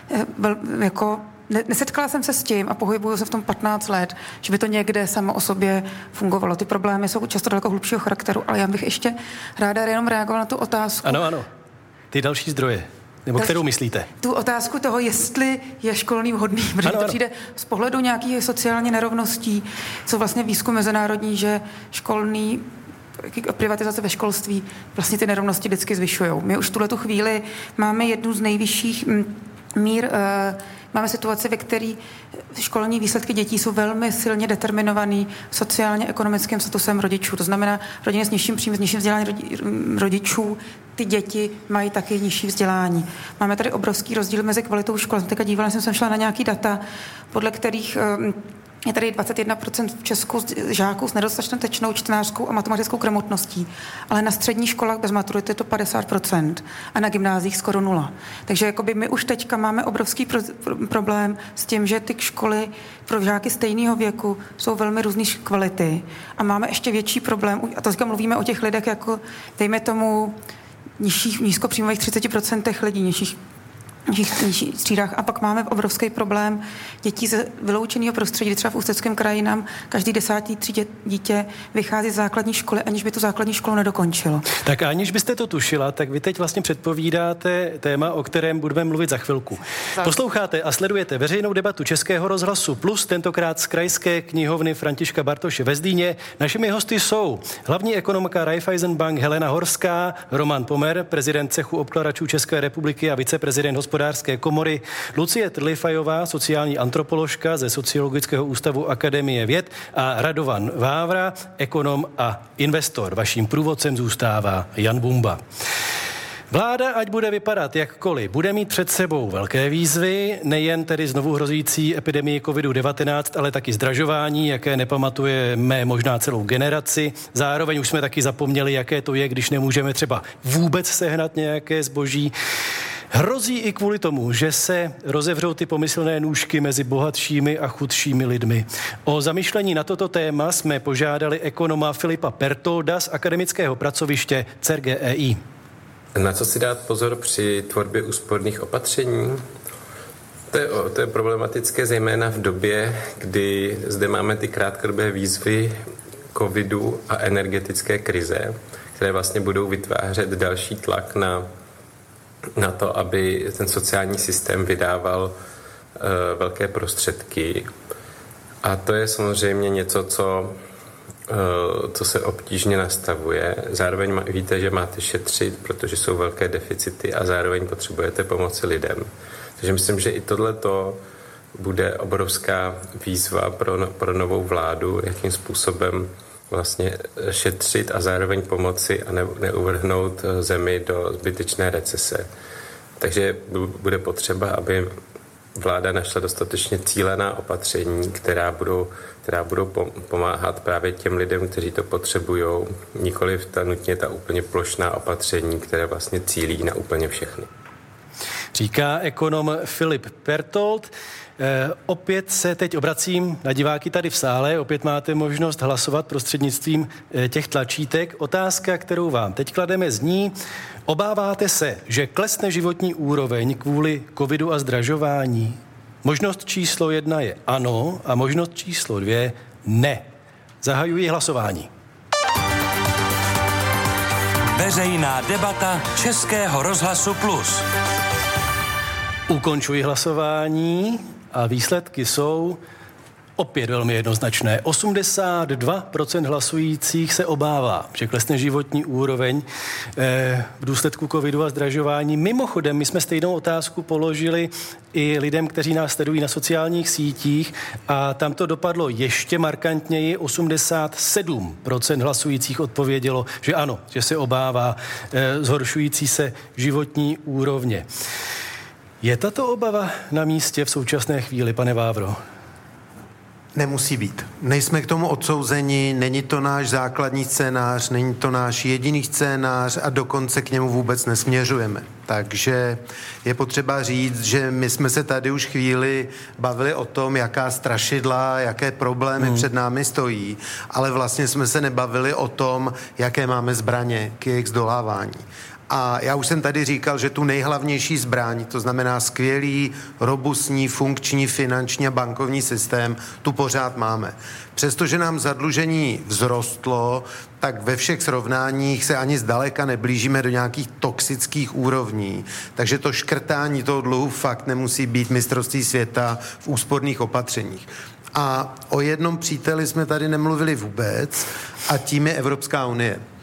jako nesetkala jsem se s tím a pohybuju se v tom patnáct let, že by to někde samo o sobě fungovalo. Ty problémy jsou často daleko hlubšího charakteru, ale já bych ještě ráda jenom reagovala na tu otázku. Ano, ano. Ty další zdroje. Nebo kterou myslíte? Tu otázku toho, jestli je školný vhodný, protože ano, to ano. přijde z pohledu nějakých sociálně nerovností, co vlastně výzkum mezinárodní, že školný privatizace ve školství vlastně ty nerovnosti vždycky zvyšují. My už v tuhletu chvíli máme jednu z nejvyšších mír, máme situaci, ve které školní výsledky dětí jsou velmi silně determinovaný sociálně-ekonomickým statusem rodičů. To znamená, rodiny s nižším příjmem, s nižším vzděláním rodičů, ty děti mají taky nižší vzdělání. Máme tady obrovský rozdíl mezi kvalitou škol. Teďka dívala jsem, jsem šla na nějaký data, podle kterých je tady dvacet jedna procent v Česku žáků s nedostatečnou čtenářskou a matematickou gramotností, ale na středních školách bez maturity je to padesát procent a na gymnáziích skoro nula. Takže jakoby my už teďka máme obrovský pro, pro, problém s tím, že ty školy pro žáky stejného věku jsou velmi různé kvality a máme ještě větší problém, a to teďka mluvíme o těch lidech jako, dejme tomu, nižších, nízkopříjmových třicet procent lidí, nižších nižších třídách. A pak máme obrovský problém dětí ze vyloučeného prostředí. Třeba v Ústeckém kraji nám každý desátý třídě dítě vychází z základní školy, aniž by tu základní školu nedokončilo. Tak aniž byste to tušila, tak vy teď vlastně předpovídáte téma, o kterém budeme mluvit za chvilku. Tak. Posloucháte a sledujete veřejnou debatu Českého rozhlasu Plus, tentokrát z Krajské knihovny Františka Bartoše ve Zlíně. Našimi hosty jsou hlavní ekonomka Raiffeisen Bank Helena Horská, Roman Pomer, prezident cechu obkladačů České republiky a viceprezident Hospodářské komory, Lucie Trlifajová, sociální antropoložka ze Sociologického ústavu Akademie věd a Radovan Vávra, ekonom a investor. Vaším průvodcem zůstává Jan Bumba. Vláda, ať bude vypadat jakkoliv, bude mít před sebou velké výzvy, nejen tedy znovu hrozící epidemii kovidu devatenáct, ale taky zdražování, jaké nepamatujeme možná celou generaci. Zároveň už jsme taky zapomněli, jaké to je, když nemůžeme třeba vůbec sehnat nějaké zboží. Hrozí i kvůli tomu, že se rozevřou ty pomyslné nůžky mezi bohatšími a chudšími lidmi. O zamyšlení na toto téma jsme požádali ekonoma Filipa Pertolda z akademického pracoviště C E R G E I. Na co si dát pozor při tvorbě úsporných opatření? To je, to je problematické zejména v době, kdy zde máme ty krátkodobé výzvy covidu a energetické krize, které vlastně budou vytvářet další tlak na na to, aby ten sociální systém vydával uh, velké prostředky. A to je samozřejmě něco, co, uh, co se obtížně nastavuje. Zároveň má, víte, že máte šetřit, protože jsou velké deficity a zároveň potřebujete pomoci lidem. Takže myslím, že i tohleto bude obrovská výzva pro, pro novou vládu, jakým způsobem vlastně šetřit a zároveň pomoci a ne, neuvrhnout zemi do zbytečné recese. Takže bude potřeba, aby vláda našla dostatečně cílená opatření, která budou, která budou pomáhat právě těm lidem, kteří to potřebují, nikoliv ta nutně ta úplně plošná opatření, které vlastně cílí na úplně všechny. Říká ekonom Filip Pertold. E, opět se teď obracím na diváky tady v sále. Opět máte možnost hlasovat prostřednictvím e, těch tlačítek. Otázka, kterou vám teď klademe, zní: obáváte se, že klesne životní úroveň kvůli covidu a zdražování? Možnost číslo jedna je ano a možnost číslo dvě ne. Zahajuji hlasování. Veřejná debata Českého rozhlasu Plus. Ukončuji hlasování a výsledky jsou opět velmi jednoznačné. osmdesát dva procent hlasujících se obává, že klesne životní úroveň eh, v důsledku covidu a zdražování. Mimochodem, my jsme stejnou otázku položili i lidem, kteří nás sledují na sociálních sítích a tam to dopadlo ještě markantněji. osmdesát sedm procent hlasujících odpovědělo, že ano, že se obává eh, zhoršující se životní úrovně. Je tato obava na místě v současné chvíli, pane Vávro? Nemusí být. Nejsme k tomu odsouzeni, není to náš základní scénář, není to náš jediný scénář a dokonce k němu vůbec nesměřujeme. Takže je potřeba říct, že my jsme se tady už chvíli bavili o tom, jaká strašidla, jaké problémy hmm. před námi stojí, ale vlastně jsme se nebavili o tom, jaké máme zbraně k jejich zdolávání. A já už jsem tady říkal, že tu nejhlavnější zbraň, to znamená skvělý, robustní, funkční, finanční a bankovní systém, tu pořád máme. Přestože nám zadlužení vzrostlo, tak ve všech srovnáních se ani zdaleka neblížíme do nějakých toxických úrovní. Takže to škrtání toho dluhu fakt nemusí být mistrovství světa v úsporných opatřeních. A o jednom příteli jsme tady nemluvili vůbec a tím je Evropská unie.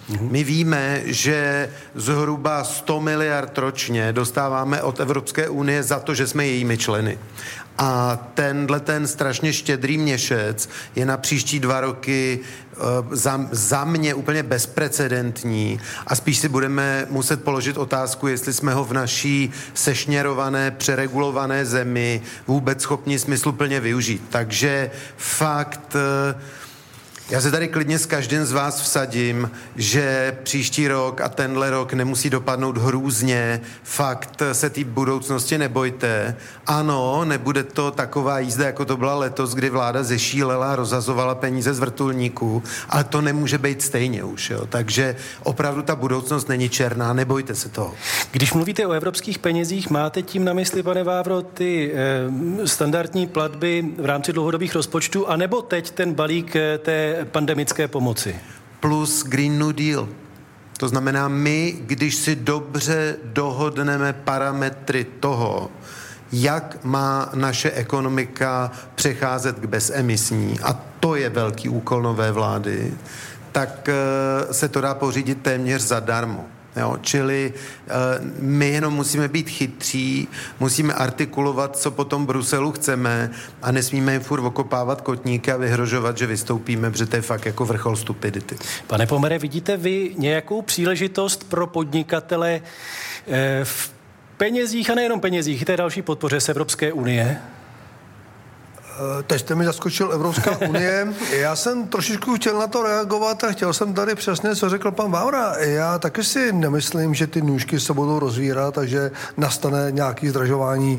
My víme, že zhruba sto miliard ročně dostáváme od Evropské unie za to, že jsme jejími členy. A tenhle ten strašně štědrý měšec je na příští dva roky za, za mě úplně bezprecedentní a spíš si budeme muset položit otázku, jestli jsme ho v naší sešněrované, přeregulované zemi vůbec schopni smysluplně využít. Takže fakt... Já se tady klidně s každým z vás vsadím, že příští rok a tenhle rok nemusí dopadnout hrůzně. Fakt se té budoucnosti nebojte. Ano, nebude to taková jízda, jako to byla letos, kdy vláda zešílela, rozhazovala peníze z vrtulníků, ale to nemůže být stejně už. Jo. Takže opravdu ta budoucnost není černá, nebojte se toho. Když mluvíte o evropských penězích, máte tím na mysli, pane Vávro, ty eh, standardní platby v rámci dlouhodobých rozpočtů, anebo teď ten balík eh, té pandemické pomoci? Plus Green New Deal. To znamená, my, když si dobře dohodneme parametry toho, jak má naše ekonomika přecházet k bezemisní, a to je velký úkol nové vlády, tak se to dá pořídit téměř zadarmo. Jo, čili uh, my jenom musíme být chytří, musíme artikulovat, co potom Bruselu chceme a nesmíme jim furt okopávat kotníky a vyhrožovat, že vystoupíme, protože to je fakt jako vrchol stupidity. Pane Pomere, vidíte vy nějakou příležitost pro podnikatele eh, v penězích a nejenom penězích, i té další podpoře z Evropské unie? Teď jste mi zaskočil Evropská unie. Já jsem trošičku chtěl na to reagovat a chtěl jsem tady přesně, co řekl pan Vávra. Já taky si nemyslím, že ty nůžky se budou rozvírat a že nastane nějaké zdražování.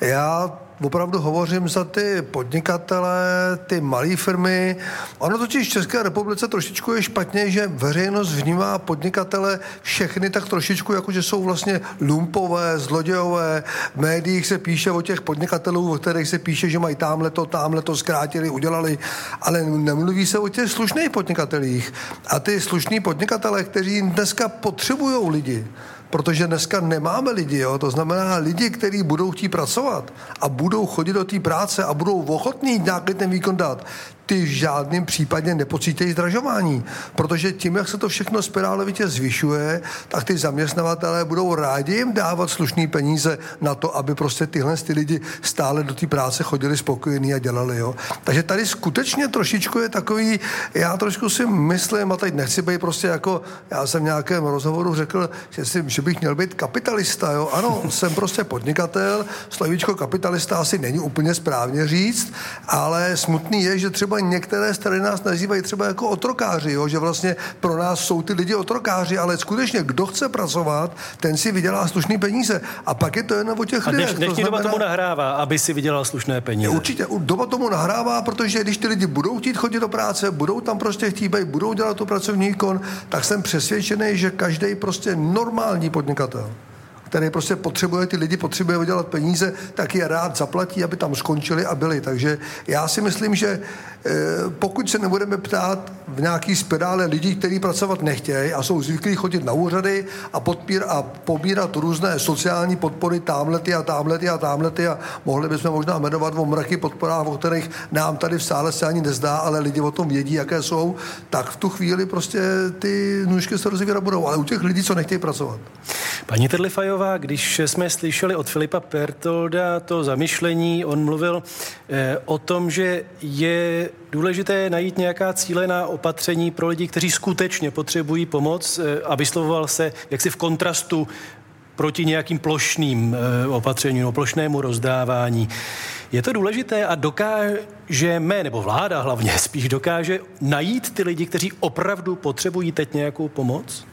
Já opravdu hovořím za ty podnikatele, ty malé firmy. Ono totiž v České republice trošičku je špatně, že veřejnost vnímá podnikatele všechny tak trošičku, jako že jsou vlastně lumpové, zlodějové. V médiích se píše o těch podnikatelů, o kterých se píše, že mají támhle to, támhle to zkrátili, udělali, ale nemluví se o těch slušných podnikatelích. A ty slušní podnikatele, kteří dneska potřebují lidi, protože dneska nemáme lidi, jo? To znamená lidi, kteří budou chtít pracovat a budou chodit do té práce a budou ochotní nějaký ten výkon dát, ty v žádném případě nepocítějí zdražování, protože tím, jak se to všechno spirálovitě zvyšuje, tak ty zaměstnavatelé budou rádi jim dávat slušný peníze na to, aby prostě tyhle ty lidi stále do té práce chodili spokojení a dělali, jo. Takže tady skutečně trošičku je takový, já trošku si myslím, a teď nechci být prostě jako, já jsem v nějakém rozhovoru řekl, že, si, že bych měl být kapitalista, jo. Ano, jsem prostě podnikatel, slovíčko kapitalista asi není úplně správně říct, ale smutný je, že třeba některé strany nás nazývají třeba jako otrokáři, jo? Že vlastně pro nás jsou ty lidi otrokáři, ale skutečně kdo chce pracovat, ten si vydělá slušný peníze. A pak je to jen o těch lidech. A dnešní to doba tomu nahrává, aby si vydělal slušné peníze. Určitě, doba tomu nahrává, protože když ty lidi budou chtít chodit do práce, budou tam prostě chtít být, budou dělat tu pracovní výkon, tak jsem přesvědčený, že každý prostě normální podnikatel, který prostě potřebuje, ty lidi potřebuje vydělat peníze, tak je rád zaplatí, aby tam skončili a byli. Takže já si myslím, že eh, pokud se nebudeme ptát v nějaký spirále lidí, kteří pracovat nechtějí a jsou zvyklí chodit na úřady a, podpír, a pobírat různé sociální podpory, támlety a támlety a támlety a mohli bychom možná jmenovat o mraky podporách, o kterých nám tady v sále se ani nezdá, ale lidi o tom vědí, jaké jsou, tak v tu chvíli prostě ty nůžky se rozvírat budou. Ale u těch lidí, co nechtějí pracovat. Paní Terlifajová, když jsme slyšeli od Filipa Pertolda to zamyšlení, on mluvil eh, o tom, že je důležité najít nějaká cílená opatření pro lidi, kteří skutečně potřebují pomoc eh, a vyslovoval se jaksi v kontrastu proti nějakým plošným eh, opatřením, plošnému rozdávání. Je to důležité a dokážeme, nebo vláda hlavně spíš dokáže najít ty lidi, kteří opravdu potřebují teď nějakou pomoc?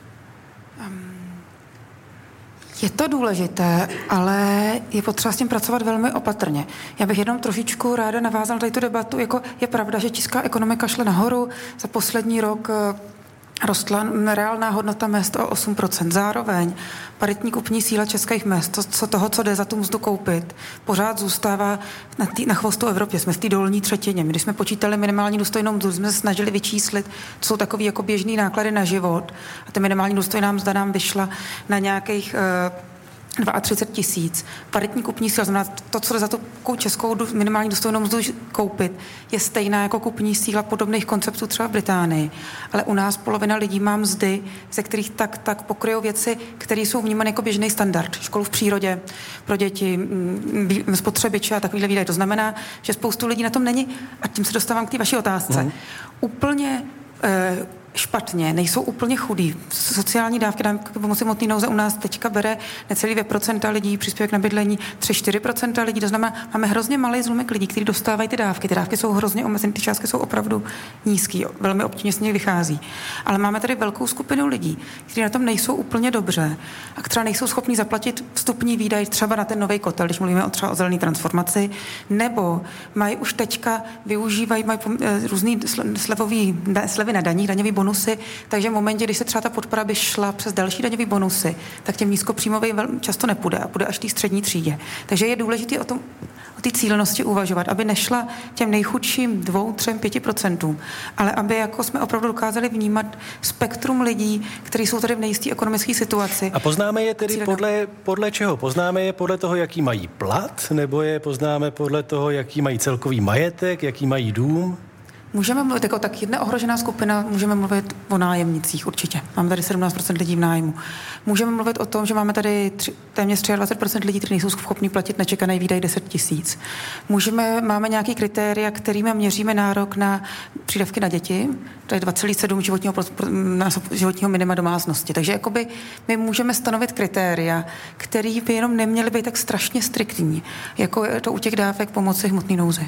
Je to důležité, ale je potřeba s tím pracovat velmi opatrně. Já bych jenom trošičku ráda navázala na tady tu debatu. Jako je pravda, že česká ekonomika šla nahoru. Za poslední rok rostla reálná hodnota mezd o osm procent. Zároveň paritní kupní síla českých mezd, to, co toho, co jde za tu mzdu koupit, pořád zůstává na, tý, na chvostu Evropě. Jsme v té dolní třetině. My, když jsme počítali minimální důstojnou mzdu, jsme se snažili vyčíslit, co jsou takové jako běžný náklady na život. A ty minimální důstojná mzda nám vyšla na nějakých třicet dva tisíc. Paritní kupní síla, znamená to, co za tu českou minimální důstojnou mzdu koupit, je stejná jako kupní síla podobných konceptů třeba v Británii. Ale u nás polovina lidí má mzdy, ze kterých tak, tak pokryjou věci, které jsou vnímány jako běžný standard. Školu v přírodě pro děti, spotřebiče a takovýhle výdaje. To znamená, že spoustu lidí na tom není, a tím se dostávám k té vaší otázce, mm. úplně eh, špatně, nejsou úplně chudí. Sociální dávky, dávky pomoci hmotné nouze u nás teďka bere necelý dvě procenta lidí, příspěvek na bydlení tři až čtyři procenta lidí, to znamená, máme hrozně malý zlomek lidí, kteří dostávají ty dávky. Ty dávky jsou hrozně omezené, ty částky jsou opravdu nízký, velmi obtížně z nich vychází. Ale máme tady velkou skupinu lidí, kteří na tom nejsou úplně dobře a třeba nejsou schopní zaplatit vstupní výdaj třeba na ten nový kotel, když mluvíme o třeba o zelené transformaci, nebo mají už teďka, využívají, mají různý slevový, slevy na daních, daňový bonusy, takže v momentě, když se třeba ta podpora by šla přes další daňový bonusy, tak těm nízkopříjmovým velmi často nepůjde a půjde až té střední třídě. Takže je důležité o tom, o té cílenosti uvažovat, aby nešla těm nejchudším dvou, třem, pěti procentům, ale aby jako jsme opravdu dokázali vnímat spektrum lidí, kteří jsou tady v nejisté ekonomické situaci. A poznáme je tedy podle, podle čeho? Poznáme je podle toho, jaký mají plat, nebo je poznáme podle toho, jaký mají celkový majetek, jaký mají dům? Můžeme mluvit jako tak jedna ohrožená skupina, můžeme mluvit o nájemnicích určitě. Máme tady sedmnáct procent lidí v nájmu. Můžeme mluvit o tom, že máme tady tři, téměř dvacet tři procent lidí, kteří nejsou schopni platit nečekaný výdaj deset tisíc. Můžeme, máme nějaký kritéria, kterými měříme nárok na přídavky na děti, to je dva celá sedm životního, životního minima domácnosti. Takže jakoby my můžeme stanovit kritéria, které by jenom neměly být tak strašně striktní, jako je to u těch dávek pomoci hmotné nouzi.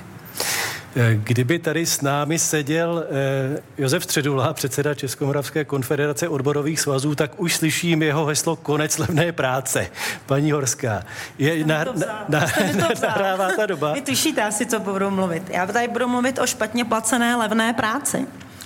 Kdyby tady s námi seděl eh, Josef Středula, předseda Českomoravské konfederace odborových svazů, tak už slyším jeho heslo konec levné práce. Paní Horská, je, na, na, na, na, nahrává ta doba? Vy tušíte asi, co budu mluvit. Já tady budu mluvit o špatně placené levné práci.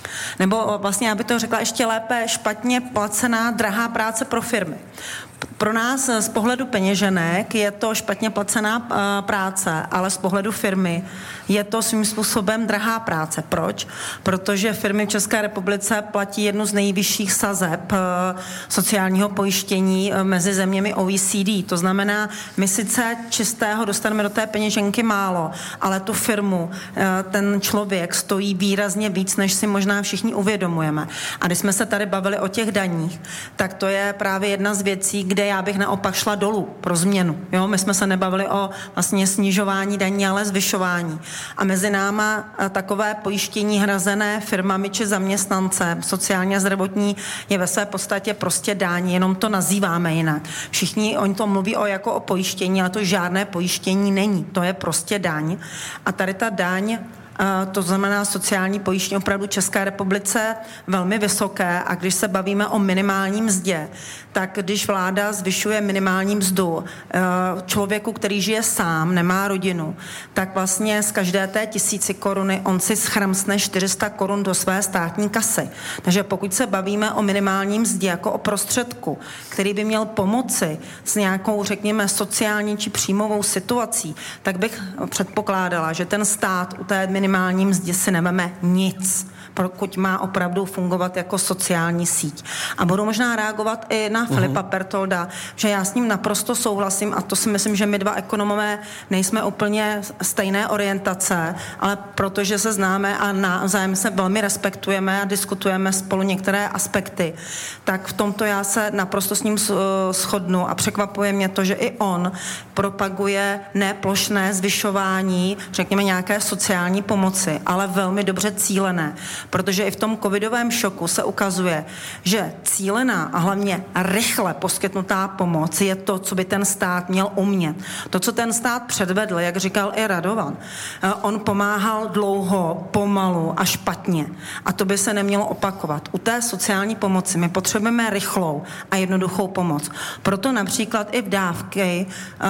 Nebo vlastně, já bych to řekla ještě lépe, špatně placená drahá práce pro firmy. Pro nás z pohledu peněženek je to špatně placená práce, ale z pohledu firmy je to svým způsobem drahá práce. Proč? Protože firmy v České republice platí jednu z nejvyšších sazeb sociálního pojištění mezi zeměmi O E C D. To znamená, my sice čistého dostaneme do té peněženky málo, ale tu firmu, ten člověk stojí výrazně víc, než si možná všichni uvědomujeme. A když jsme se tady bavili o těch daních, tak to je právě jedna z věcí, kde já bych naopak šla dolů pro změnu. Jo? My jsme se nebavili o vlastně snižování daní, ale zvyšování. A mezi náma takové pojištění hrazené firmami či zaměstnancem, sociálně a zdravotní, je ve své podstatě prostě daň, jenom to nazýváme jinak. Všichni oni to mluví o jako o pojištění, ale to žádné pojištění není. To je prostě daň. A tady ta daň, to znamená sociální pojištění opravdu České republice velmi vysoké, a když se bavíme o minimální mzdě, tak když vláda zvyšuje minimální mzdu člověku, který žije sám, nemá rodinu, tak vlastně z každé té tisíci koruny on si schrmsne čtyři sta korun do své státní kasy. Takže pokud se bavíme o minimální mzdě jako o prostředku, který by měl pomoci s nějakou, řekněme, sociální či příjmovou situací, tak bych předpokládala, že ten stát u té minimální mzdě si neveme nic, pokud má opravdu fungovat jako sociální síť. A budu možná reagovat i na Filipa mm-hmm. Pertolda, že já s ním naprosto souhlasím, a to si myslím, že my dva ekonomové nejsme úplně stejné orientace, ale protože se známe a navzájem se velmi respektujeme a diskutujeme spolu některé aspekty, tak v tomto já se naprosto s ním shodnu a překvapuje mě to, že i on propaguje neplošné zvyšování, řekněme nějaké sociální pomoci, ale velmi dobře cílené. Protože i v tom covidovém šoku se ukazuje, že cílená a hlavně rychle poskytnutá pomoc je to, co by ten stát měl umět. To, co ten stát předvedl, jak říkal i Radovan, on pomáhal dlouho, pomalu a špatně. A to by se nemělo opakovat. U té sociální pomoci my potřebujeme rychlou a jednoduchou pomoc. Proto například i v dávky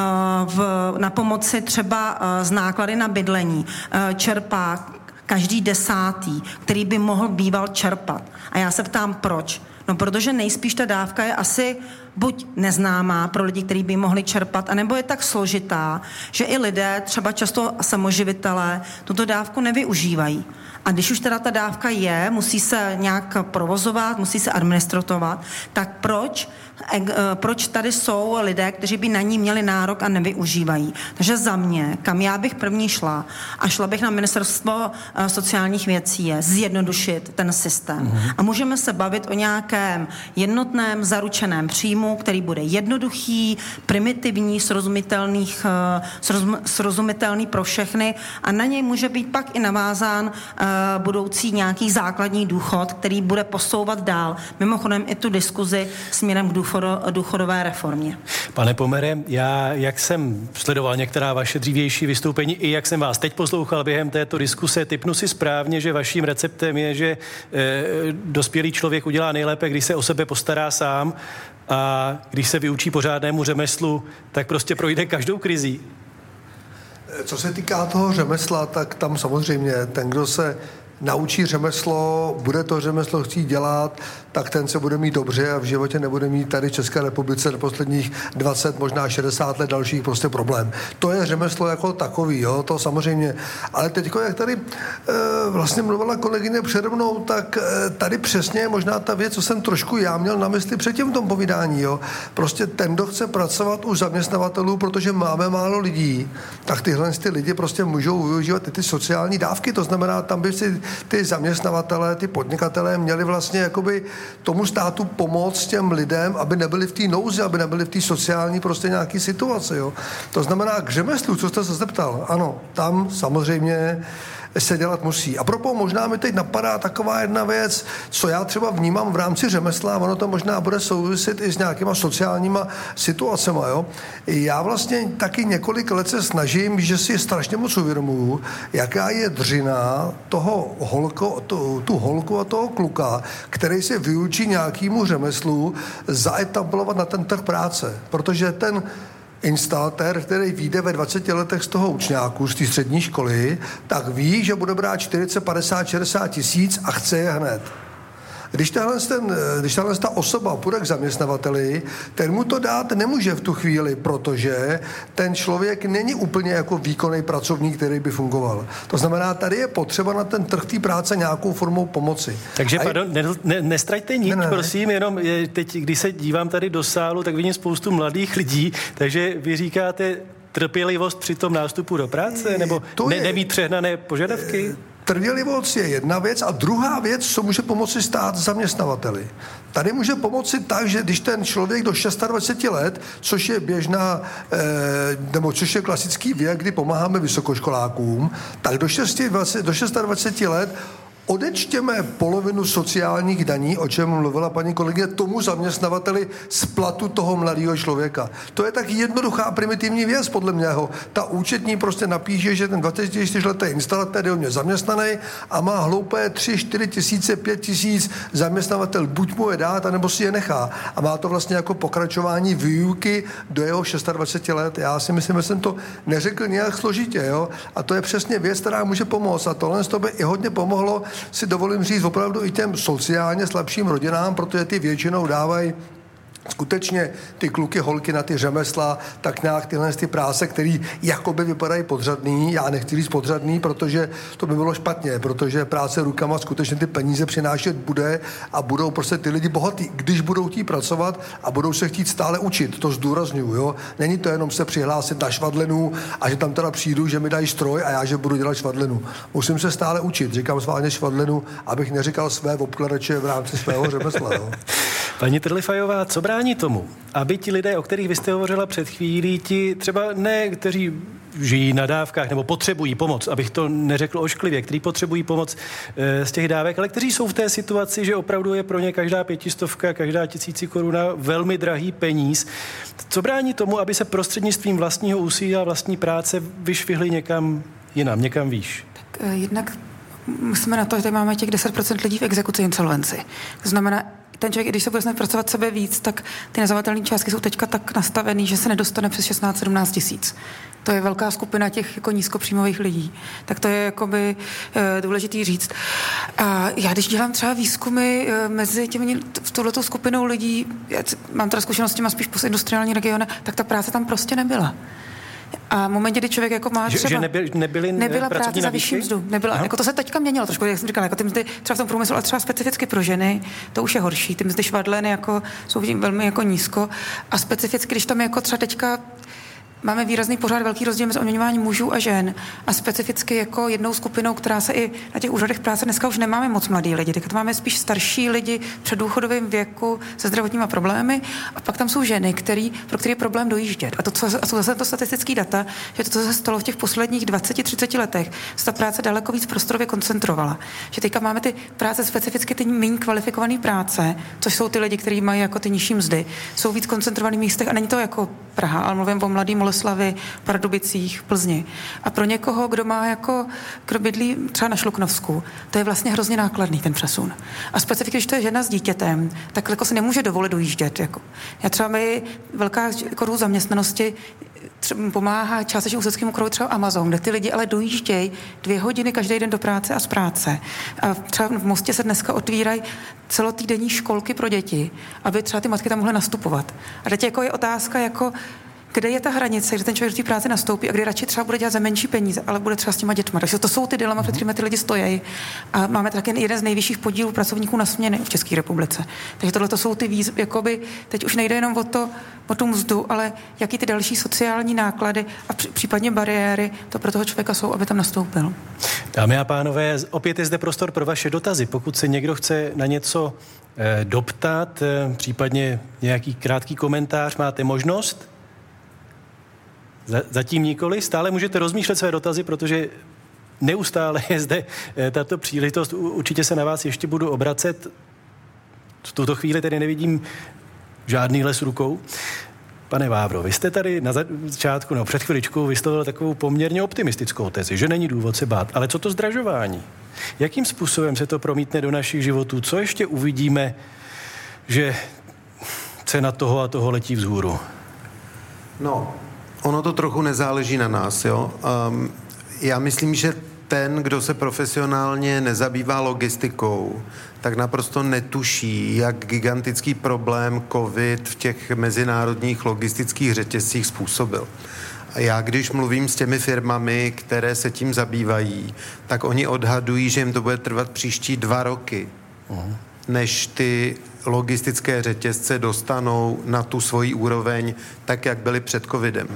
v, na pomoci třeba z náklady na bydlení čerpá každý desátý, který by mohl býval čerpat. A já se ptám, proč? No, protože nejspíš ta dávka je asi buď neznámá pro lidi, kteří by mohli čerpat, anebo je tak složitá, že i lidé, třeba často samoživitelé, tuto dávku nevyužívají. A když už teda ta dávka je, musí se nějak provozovat, musí se administrovat, tak proč, proč tady jsou lidé, kteří by na ní měli nárok a nevyužívají? Takže za mě, kam já bych první šla, a šla bych na ministerstvo sociálních věcí, je zjednodušit ten systém. Mm-hmm. A můžeme se bavit o nějakém jednotném zaručeném příjmu, který bude jednoduchý, primitivní, srozumitelných, srozum, srozumitelný pro všechny a na něj může být pak i navázán budoucí nějaký základní důchod, který bude posouvat dál. Mimochodem i tu diskuzi směrem k důchodu, důchodové reformě. Pane Pomere, já, jak jsem sledoval některá vaše dřívější vystoupení, i jak jsem vás teď poslouchal během této diskuse, tipnu si správně, že vaším receptem je, že e, dospělý člověk udělá nejlépe, když se o sebe postará sám a když se vyučí pořádnému řemeslu, tak prostě projde každou krizí. Co se týká toho řemesla, tak tam samozřejmě ten, kdo se naučí řemeslo, bude to řemeslo chtít dělat, tak ten se bude mít dobře a v životě nebude mít tady v České republice na posledních dvacet, možná šedesát let dalších prostě problém. To je řemeslo jako takový, jo, to samozřejmě. Ale teďko, jak tady e, vlastně mluvila kolegyně přede mnou, tak e, tady přesně je možná ta věc, co jsem trošku já měl na mysli předtím v tom povídání, jo. Prostě ten, kdo chce pracovat u zaměstnavatelů, protože máme málo lidí, tak tyhle ty lidi prostě můžou využívat i ty sociální dávky, to znamená, tam by si ty zaměstnavatelé, ty podnikatelé měli vlastně jakoby tomu státu pomoct těm lidem, aby nebyli v té nouzi, aby nebyli v té sociální prostě nějaký situaci, jo. To znamená k řemeslu, co jste se zeptal, ano, tam samozřejmě se dělat musí. A proto možná mi teď napadá taková jedna věc, co já třeba vnímám v rámci řemesla, ono to možná bude souviset i s nějakýma sociálníma situacemi, jo. Já vlastně taky několik let se snažím, že si strašně moc uvědomuju, jaká je dřina toho holko, to, tu holku a toho kluka, který se vyučí nějakému řemeslu, zaetablovat na ten trh práce. Protože ten instalatér, který vyjde ve dvaceti letech z toho učňáku, z té střední školy, tak ví, že bude brát čtyřicet, padesát, šedesát tisíc a chce je hned. Když tahle, ten, když tahle ta osoba půjde k zaměstnavateli, ten mu to dát nemůže v tu chvíli, protože ten člověk není úplně jako výkonný pracovník, který by fungoval. To znamená, tady je potřeba na ten trh té práce nějakou formou pomoci. Takže, A pardon, ne, ne, nestraťte nic, ne, ne. prosím, jenom je, teď, když se dívám tady do sálu, tak vidím spoustu mladých lidí, takže vy říkáte trpělivost při tom nástupu do práce, nebo ne, nemít přehnané požadavky? Trpělivost je jedna věc a druhá věc, co může pomoci stát zaměstnavateli. Tady může pomoci tak, že když ten člověk do dvaceti šesti let, což je běžná, eh, nebo což je klasický věk, kdy pomáháme vysokoškolákům, tak do, dvaceti, do dvaceti let odečtěme polovinu sociálních daní, o čem mluvila paní kolegyně, tomu zaměstnavateli z platu toho mladého člověka. To je tak jednoduchá primitivní věc, podle mého. Ta účetní prostě napíše, že ten dvacetičtyřletý instalatér je u mě zaměstnaný a má hloupé tři, čtyři tisíce, pět tisíc zaměstnavatel buď mu je dát, anebo si je nechá. A má to vlastně jako pokračování výuky do jeho dvaceti šesti let. Já si myslím, že jsem to neřekl nějak složitě, jo? A to je přesně věc, která může pomoct. A tohle z toho by i hodně pomohlo, si dovolím říct opravdu i těm sociálně slabším rodinám, protože ty většinou dávají skutečně ty kluky, holky na ty řemesla, tak nějak tyhle ty práce, které jakoby vypadají podřadný, já nechci říct podřadný, protože to by bylo špatně, protože práce rukama skutečně ty peníze přinášet bude a budou prostě ty lidi bohatí, když budou chtít pracovat a budou se chtít stále učit, to zdůrazňuju, jo. Není to jenom se přihlásit na švadlenu a že tam teda přijdu, že mi dají stroj a já, že budu dělat švadlenu. Musím se stále učit, říkám sválně švadlenu, abych neříkal své obkladače v rámci svého řemesla, jo. Paní Trlifajová, co brání tomu, aby ti lidé, o kterých vy jste hovořila před chvílí, ti třeba ne, kteří žijí na dávkách nebo potřebují pomoc, abych to neřekl ošklivě, kteří potřebují pomoc e, z těch dávek, ale kteří jsou v té situaci, že opravdu je pro ně každá pětistovka, každá tisíci koruna velmi drahý peníz. Co brání tomu, aby se prostřednictvím vlastního úsilí a vlastní práce vyšvihli někam jinam, někam výš? Tak e, jednak jsme na to, že tady máme těch deset procent lidí v exekuci insolvenci. To znamená, ten člověk, když se bude snažit pracovat sebe víc, tak ty nezavatelné částky jsou teďka tak nastavený, že se nedostane přes šestnáct sedmnáct tisíc. To je velká skupina těch jako nízkopříjmových lidí. Tak to je jakoby e, důležitý říct. A já když dělám třeba výzkumy e, mezi těmi, v touhletou skupinou lidí, já mám teda zkušenost s těma spíš postindustriální regiony, tak ta práce tam prostě nebyla. A v momentě, kdy člověk jako má třeba... Že nebyl, nebyly nebyla práce za vyšší mzdu. Nebyla, jako to se teďka měnilo trošku, jak jsem říkala, jako ty mzdy třeba v tom průmyslu, ale třeba specificky pro ženy, to už je horší. Ty mzdy švadleny jako, jsou velmi jako nízko. A specificky, když tam jako třeba teďka máme výrazný pořád velký rozdíl mezi odměňováním mužů a žen a specificky jako jednou skupinou, která se i na těch úřadech práce dneska už nemáme moc mladý lidi, tak to máme spíš starší lidi v předdůchodovém věku se zdravotníma problémy a pak tam jsou ženy, který, pro který je problém dojíždět. A to co, a jsou zase to statistické data, že to, co se stalo v těch posledních dvaceti třiceti letech, se ta práce daleko víc prostorově koncentrovala. Že teďka máme ty práce specificky ty méně kvalifikované práce, což jsou ty lidi, kteří mají jako ty nižší mzdy, jsou víc koncentrovaných místech a není to jako Praha, ale mluvím o mladým Boleslavy, Pardubicích, Plzni. A pro někoho, kdo má jako, kdo bydlí třeba na Šluknovsku, to je vlastně hrozně nákladný ten přesun. A specificky, když to je žena s dítětem, tak jako se nemůže dovolit dojíždět. Jako. Já třeba mi velká jako růst zaměstnanosti třeba pomáhá částečně ústeckému kraji třeba Amazon, kde ty lidi ale dojíždějí dvě hodiny každý den do práce a z práce. A třeba v Mostě se dneska otvírají celotýdenní školky pro děti, aby třeba ty matky tam mohly nastupovat. A teď jako je otázka, jako kde je ta hranice, kde ten člověk do té práce nastoupí a kdy radši třeba bude dělat za menší peníze, ale bude třeba s těma dětma. Takže to jsou ty dilema, před kterými ty lidi stojí. A máme taky jeden z nejvyšších podílů pracovníků na směny v České republice. Takže tohle to jsou ty výzvy, jakoby teď už nejde jenom o to, o tu mzdu, ale jaký ty další sociální náklady a případně bariéry to pro toho člověka jsou, aby tam nastoupil. Dámy a pánové, opět je zde prostor pro vaše dotazy. Pokud se někdo chce na něco eh, doptat, eh, případně nějaký krátký komentář, máte možnost. Zatím nikoli, stále můžete rozmýšlet své dotazy, protože neustále je zde tato příležitost. Určitě se na vás ještě budu obracet. V tuto chvíli tedy nevidím žádný les rukou. Pane Vávro, vy jste tady na začátku, no před chviličkou vyslovil takovou poměrně optimistickou tezi, že není důvod se bát. Ale co to zdražování? Jakým způsobem se to promítne do našich životů? Co ještě uvidíme, že cena toho a toho letí vzhůru? No, ono to trochu nezáleží na nás, jo. Um, já myslím, že ten, kdo se profesionálně nezabývá logistikou, tak naprosto netuší, jak gigantický problém COVID v těch mezinárodních logistických řetězcích způsobil. A já, když mluvím s těmi firmami, které se tím zabývají, tak oni odhadují, že jim to bude trvat příští dva roky, uh-huh. než ty logistické řetězce dostanou na tu svoji úroveň, tak, jak byly před covidem.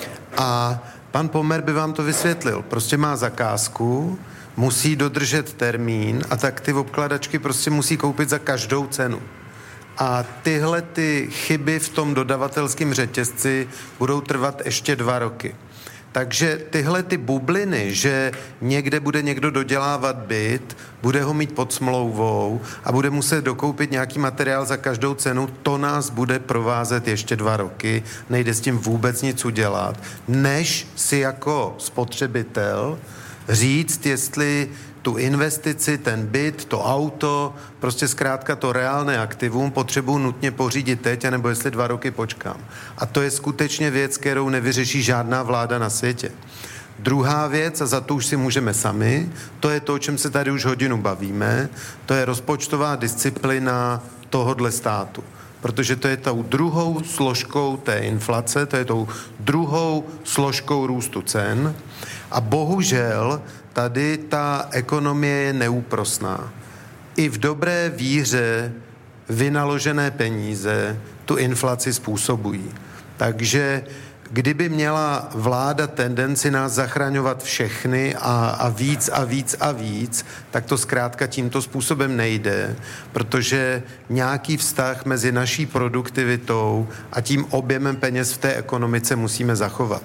A pan Pomer by vám to vysvětlil. Prostě má zakázku, musí dodržet termín a tak ty obkladačky prostě musí koupit za každou cenu. A tyhle ty chyby v tom dodavatelském řetězci budou trvat ještě dva roky. Takže tyhle ty bubliny, že někde bude někdo dodělávat byt, bude ho mít pod smlouvou a bude muset dokoupit nějaký materiál za každou cenu, to nás bude provázet ještě dva roky, nejde s tím vůbec nic udělat, než si jako spotřebitel říct, jestli tu investici, ten byt, to auto, prostě zkrátka to reálné aktivum potřebuji nutně pořídit teď, anebo jestli dva roky počkám. A to je skutečně věc, kterou nevyřeší žádná vláda na světě. Druhá věc, a za to už si můžeme sami, to je to, o čem se tady už hodinu bavíme, to je rozpočtová disciplína tohodle státu. Protože to je tou druhou složkou té inflace, to je tou druhou složkou růstu cen. A bohužel tady ta ekonomie je neúprosná. I v dobré víře vynaložené peníze tu inflaci způsobují. Takže kdyby měla vláda tendenci nás zachraňovat všechny a, a víc a víc a víc, tak to zkrátka tímto způsobem nejde, protože nějaký vztah mezi naší produktivitou a tím objemem peněz v té ekonomice musíme zachovat.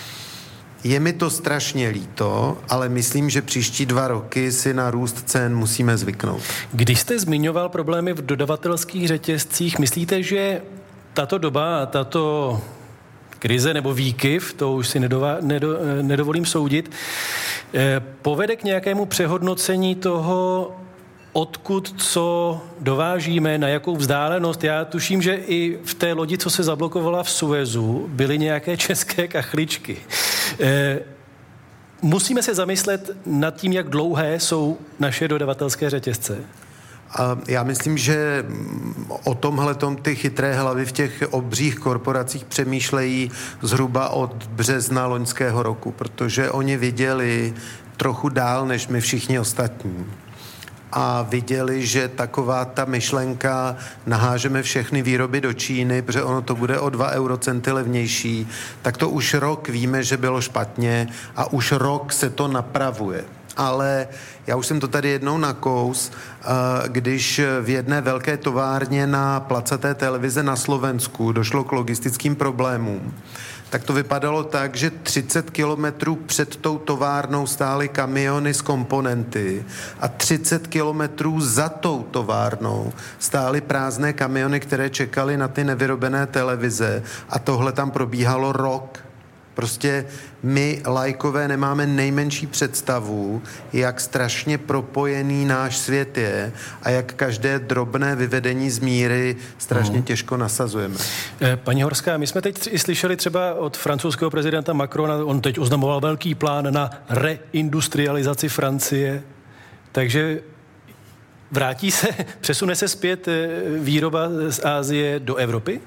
Je mi to strašně líto, ale myslím, že příští dva roky si na růst cen musíme zvyknout. Když jste zmiňoval problémy v dodavatelských řetězcích, myslíte, že tato doba a tato krize nebo výkyv, to už si nedova, nedo, nedovolím soudit, eh, povede k nějakému přehodnocení toho, odkud co dovážíme, na jakou vzdálenost. Já tuším, že i v té lodi, co se zablokovala v Suezu, byly nějaké české kachličky. E, musíme se zamyslet nad tím, jak dlouhé jsou naše dodavatelské řetězce. A já myslím, že o tomhletom ty chytré hlavy v těch obřích korporacích přemýšlejí zhruba od března loňského roku, protože oni viděli trochu dál než my všichni ostatní. A viděli, že taková ta myšlenka nahážeme všechny výroby do Číny, protože ono to bude o dva eurocenty levnější, tak to už rok víme, že bylo špatně a už rok se to napravuje. Ale já už jsem to tady jednou nakous, když v jedné velké továrně na placaté televize na Slovensku došlo k logistickým problémům, tak to vypadalo tak, že třicet kilometrů před tou továrnou stály kamiony s komponenty a třicet kilometrů za tou továrnou stály prázdné kamiony, které čekaly na ty nevyrobené televize a tohle tam probíhalo rok. Prostě my, laikové, nemáme nejmenší představu, jak strašně propojený náš svět je a jak každé drobné vyvedení z míry strašně těžko nasazujeme. Paní Horská, my jsme teď i slyšeli třeba od francouzského prezidenta Macrona, on teď oznamoval velký plán na reindustrializaci Francie, takže vrátí se, přesune se zpět výroba z Asie do Evropy?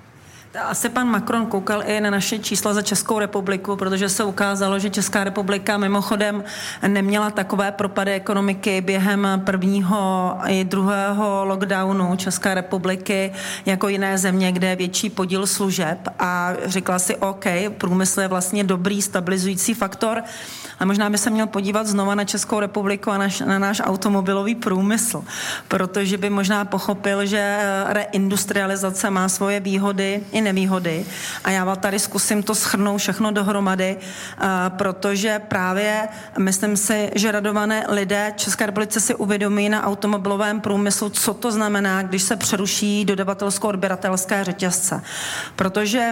Asi pan Macron koukal i na naše čísla za Českou republiku, protože se ukázalo, že Česká republika mimochodem neměla takové propady ekonomiky během prvního i druhého lockdownu České republiky jako jiné země, kde je větší podíl služeb a řekla si, OK, průmysl je vlastně dobrý stabilizující faktor, a možná by se měl podívat znova na Českou republiku a naš, na náš automobilový průmysl, protože by možná pochopil, že reindustrializace má svoje výhody i nevýhody. A já vám tady zkusím to shrnout všechno dohromady, protože právě myslím si, že radované lidé České republice si uvědomí na automobilovém průmyslu, co to znamená, když se přeruší dodavatelsko-odběratelské řetězce. Protože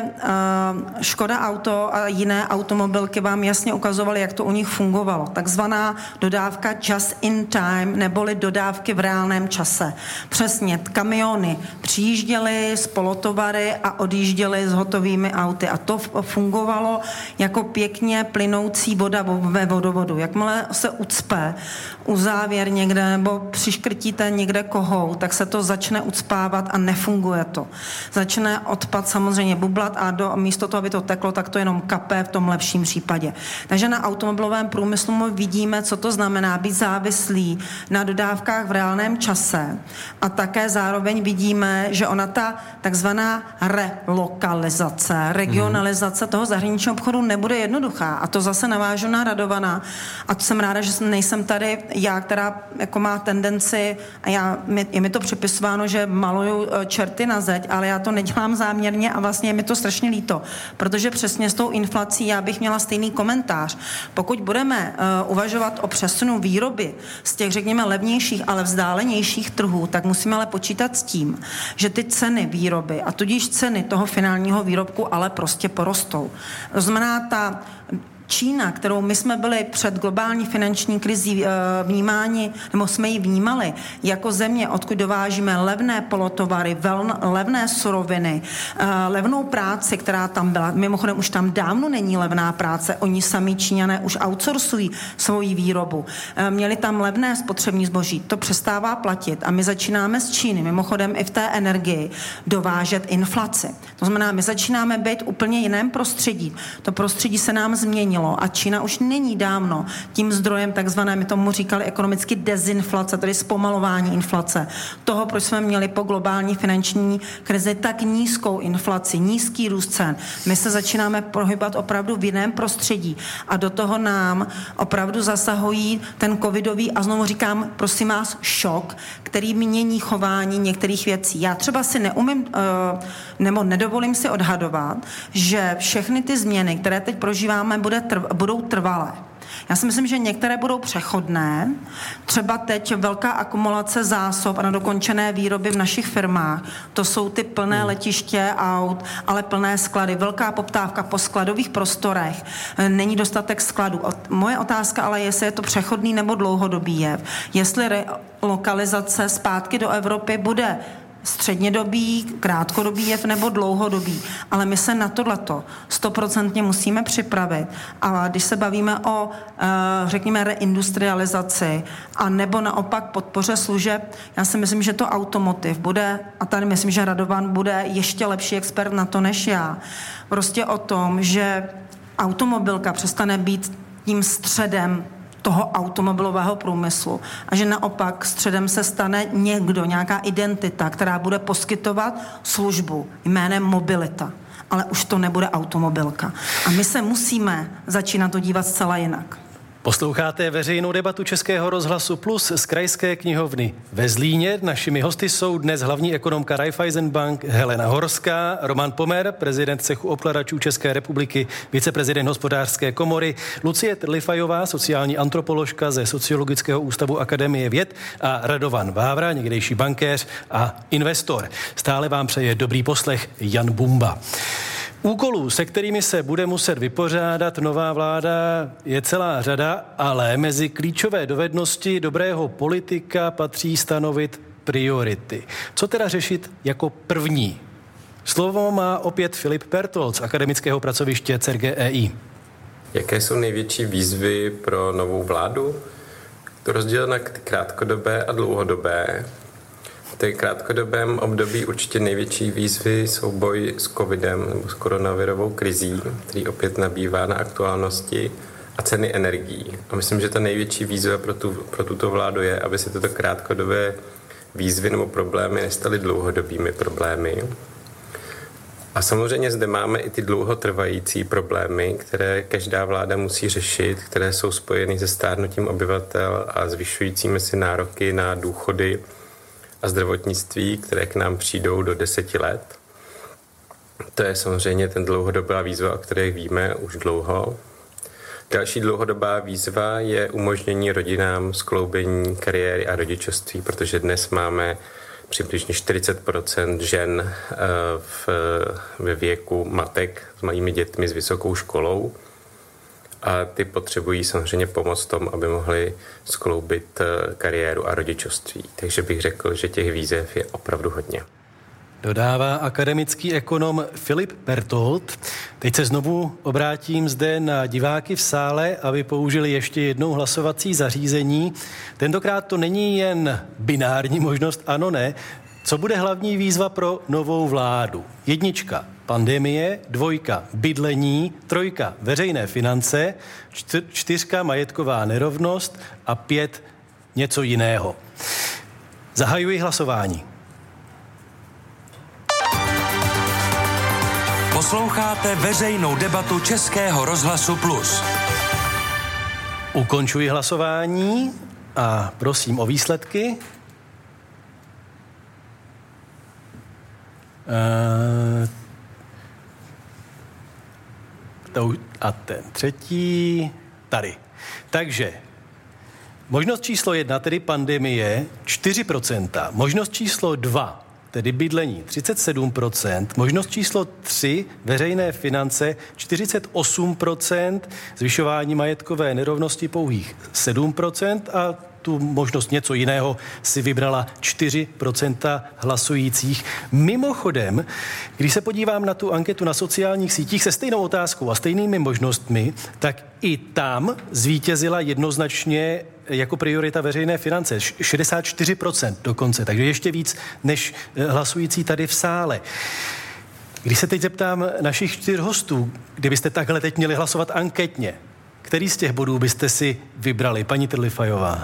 Škoda Auto a jiné automobilky vám jasně ukazovaly, jak to u nich fungovalo. Takzvaná dodávka just in time, neboli dodávky v reálném čase. Přesně, kamiony přijížděly z polotovary a odjížděly s hotovými auty. A to fungovalo jako pěkně plynoucí voda ve vodovodu. Jakmile se ucpe uzávěr někde nebo přiškrtíte někde kohou, tak se to začne ucpávat a nefunguje to. Začne odpad samozřejmě bublat a do, místo toho, aby to teklo, tak to jenom kape v tom lepším případě. Takže na automobilovém průmyslu my vidíme, co to znamená být závislý na dodávkách v reálném čase a také zároveň vidíme, že ona ta takzvaná relokalizace, regionalizace toho zahraničního obchodu nebude jednoduchá. A to zase navážu na Radovana. A to jsem ráda, že nejsem tady já, která jako má tendenci, a já, je mi to připisováno, že maluju čerty na zeď, ale já to nedělám záměrně a vlastně je mi to strašně líto, protože přesně s tou inflací já bych měla stejný komentář. Pokud budeme uh, uvažovat o přesunu výroby z těch, řekněme, levnějších, ale vzdálenějších trhů, tak musíme ale počítat s tím, že ty ceny výroby a tudíž ceny toho finálního výrobku ale prostě porostou. To znamená, ta Čína, kterou my jsme byli před globální finanční krizí vnímáni, nebo jsme ji vnímali jako země, odkud dovážíme levné polotovary, veln, levné suroviny, levnou práci, která tam byla. Mimochodem už tam dávno není levná práce, oni sami Číňané už outsourcují svoji výrobu. Měli tam levné spotřební zboží, to přestává platit a my začínáme z Číny, mimochodem i v té energii, dovážet inflaci. To znamená, my začínáme být úplně jiném prostředí. To prostředí se nám změnilo a Čína už není dávno tím zdrojem takzvané, my tomu říkali ekonomicky dezinflace, tedy zpomalování inflace. Toho, proč jsme měli po globální finanční krizi tak nízkou inflaci, nízký růst cen. My se začínáme pohybovat opravdu v jiném prostředí a do toho nám opravdu zasahují ten covidový, a znovu říkám, prosím vás, šok, který mění chování některých věcí. Já třeba si neumím, nebo nedovolím si odhadovat, že všechny ty změny, které teď prožíváme, bude trv, budou trvalé. Já si myslím, že některé budou přechodné, třeba teď velká akumulace zásob a nedokončené výroby v našich firmách. To jsou ty plné letiště aut, ale plné sklady, velká poptávka po skladových prostorech, není dostatek skladů. Moje otázka ale je, jestli je to přechodný nebo dlouhodobý jev. Jestli re, lokalizace zpátky do Evropy bude střednědobý, krátkodobý jev nebo dlouhodobý. Ale my se na tohleto stoprocentně musíme připravit. A když se bavíme o, řekněme, reindustrializaci a nebo naopak podpoře služeb, já si myslím, že to automotiv bude, a tady myslím, že Radovan bude ještě lepší expert na to než já, prostě o tom, že automobilka přestane být tím středem toho automobilového průmyslu a že naopak středem se stane někdo, nějaká identita, která bude poskytovat službu jménem mobilita. Ale už to nebude automobilka. A my se musíme začínat to dívat zcela jinak. Posloucháte veřejnou debatu Českého rozhlasu Plus z Krajské knihovny ve Zlíně. Našimi hosty jsou dnes hlavní ekonomka Raiffeisenbank Helena Horská, Roman Pomer, prezident cechu obkladačů České republiky, viceprezident hospodářské komory, Lucie Trlifajová, sociální antropoložka ze Sociologického ústavu Akademie věd a Radovan Vávra, někdejší bankéř a investor. Stále vám přeje dobrý poslech Jan Bumba. Úkolů, se kterými se bude muset vypořádat nová vláda, je celá řada, ale mezi klíčové dovednosti dobrého politika patří stanovit priority. Co teda řešit jako první? Slovo má opět Filip Pertold z akademického pracoviště C E R G E I. Jaké jsou největší výzvy pro novou vládu? To rozděleno na krátkodobé a dlouhodobé. V té krátkodobém období určitě největší výzvy jsou boj s covidem nebo s koronavirovou krizí, který opět nabývá na aktuálnosti, a ceny energií. A myslím, že ta největší výzva pro, tu, pro tuto vládu je, aby se tyto krátkodobé výzvy nebo problémy nestaly dlouhodobými problémy. A samozřejmě zde máme i ty dlouhotrvající problémy, které každá vláda musí řešit, které jsou spojeny se stárnutím obyvatel a zvyšujícími si nároky na důchody a zdravotnictví, které k nám přijdou do deseti let. To je samozřejmě ten dlouhodobá výzva, o které víme už dlouho. Další dlouhodobá výzva je umožnění rodinám skloubení kariéry a rodičovství, protože dnes máme přibližně čtyřicet procent žen v, ve věku matek s malými dětmi s vysokou školou. A ty potřebují samozřejmě pomoc v tom, aby mohli skloubit kariéru a rodičovství. Takže bych řekl, že těch výzev je opravdu hodně. Dodává akademický ekonom Filip Pertold. Teď se znovu obrátím zde na diváky v sále, aby použili ještě jednou hlasovací zařízení. Tentokrát to není jen binární možnost ano, ne. Co bude hlavní výzva pro novou vládu? Jednička pandemie, dvojka bydlení, trojka veřejné finance, čtyř, čtyřka majetková nerovnost a pět něco jiného. Zahajuji hlasování. Posloucháte veřejnou debatu Českého rozhlasu Plus. Ukončuji hlasování a prosím o výsledky. Uh, a ten třetí tady. Takže možnost číslo jedna, tedy pandemie, čtyři procenta. Možnost číslo dva, tedy bydlení, třicet sedm procent. Možnost číslo tři, veřejné finance, čtyřicet osm procent. Zvyšování majetkové nerovnosti pouhých sedm procent a tu možnost něco jiného si vybrala čtyři procenta hlasujících. Mimochodem, když se podívám na tu anketu na sociálních sítích se stejnou otázkou a stejnými možnostmi, tak i tam zvítězila jednoznačně jako priorita veřejné finance. šedesát čtyři procent dokonce, takže ještě víc než hlasující tady v sále. Když se teď zeptám našich čtyř hostů, kdybyste takhle teď měli hlasovat anketně, který z těch bodů byste si vybrali, paní Trlifajová?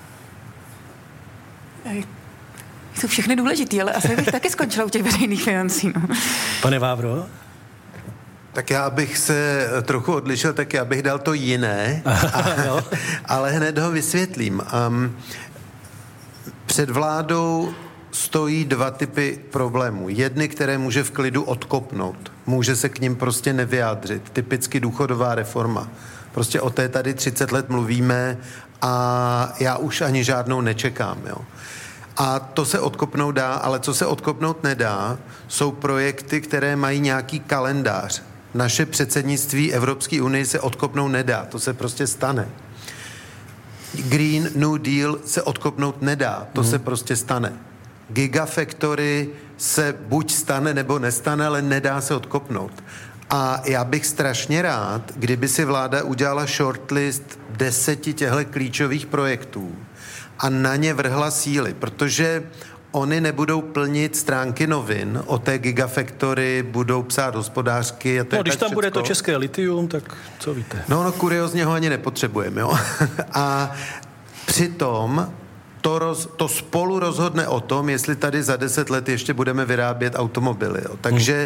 Jsou všechny důležitý, ale asi bych taky skončila u těch veřejných financí. No. Pane Vávro? Tak já bych se trochu odlišil, tak já bych dal to jiné, a, ale hned ho vysvětlím. Um, před vládou stojí dva typy problémů. Jedny, které může v klidu odkopnout. Může se k nim prostě nevyjádřit. Typicky důchodová reforma. Prostě o té tady třicet let mluvíme a já už ani žádnou nečekám, jo. A to se odkopnout dá, ale co se odkopnout nedá, jsou projekty, které mají nějaký kalendář. Naše předsednictví Evropské unie se odkopnout nedá, to se prostě stane. Green New Deal se odkopnout nedá, to hmm. se prostě stane. Gigafactory se buď stane, nebo nestane, ale nedá se odkopnout. A já bych strašně rád, kdyby si vláda udělala shortlist deseti těchto klíčových projektů a na ně vrhla síly, protože oni nebudou plnit stránky novin o té Gigafactory, budou psát hospodářky. A to no, je když tam všecko. bude to české litium, tak co víte? No, no, kuriozně ho ani nepotřebujeme, jo. A přitom to, roz, to spolu rozhodne o tom, jestli tady za deset let ještě budeme vyrábět automobily, jo. Takže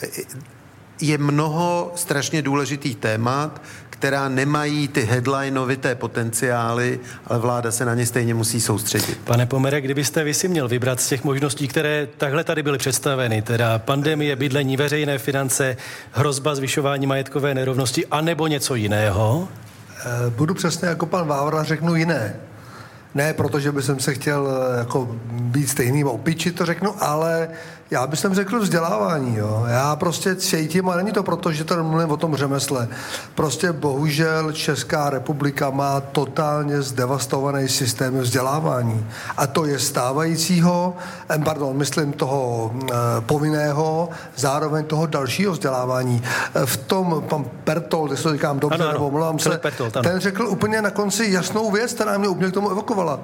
je mnoho strašně důležitých témat, která nemají ty headlineovité potenciály, ale vláda se na ně stejně musí soustředit. Pane Pomere, kdybyste vy si měl vybrat z těch možností, které takhle tady byly představeny, teda pandemie, bydlení, veřejné finance, hrozba zvyšování majetkové nerovnosti, anebo něco jiného? Budu přesně jako pan Vávra, řeknu jiné. Ne, protože bych se chtěl jako být stejným opiči, to řeknu, ale já bych jsem řekl vzdělávání, jo. Já prostě cítím, a není to proto, že to mluvím o tom řemesle. Prostě bohužel Česká republika má totálně zdevastovaný systém vzdělávání. A to je stávajícího, pardon, myslím toho eh, povinného, zároveň toho dalšího vzdělávání. V tom pan Pertol, když to říkám dobře, ano, nebo mluvám se, Pertol, ten řekl úplně na konci jasnou věc, která mě úplně k tomu evokovala.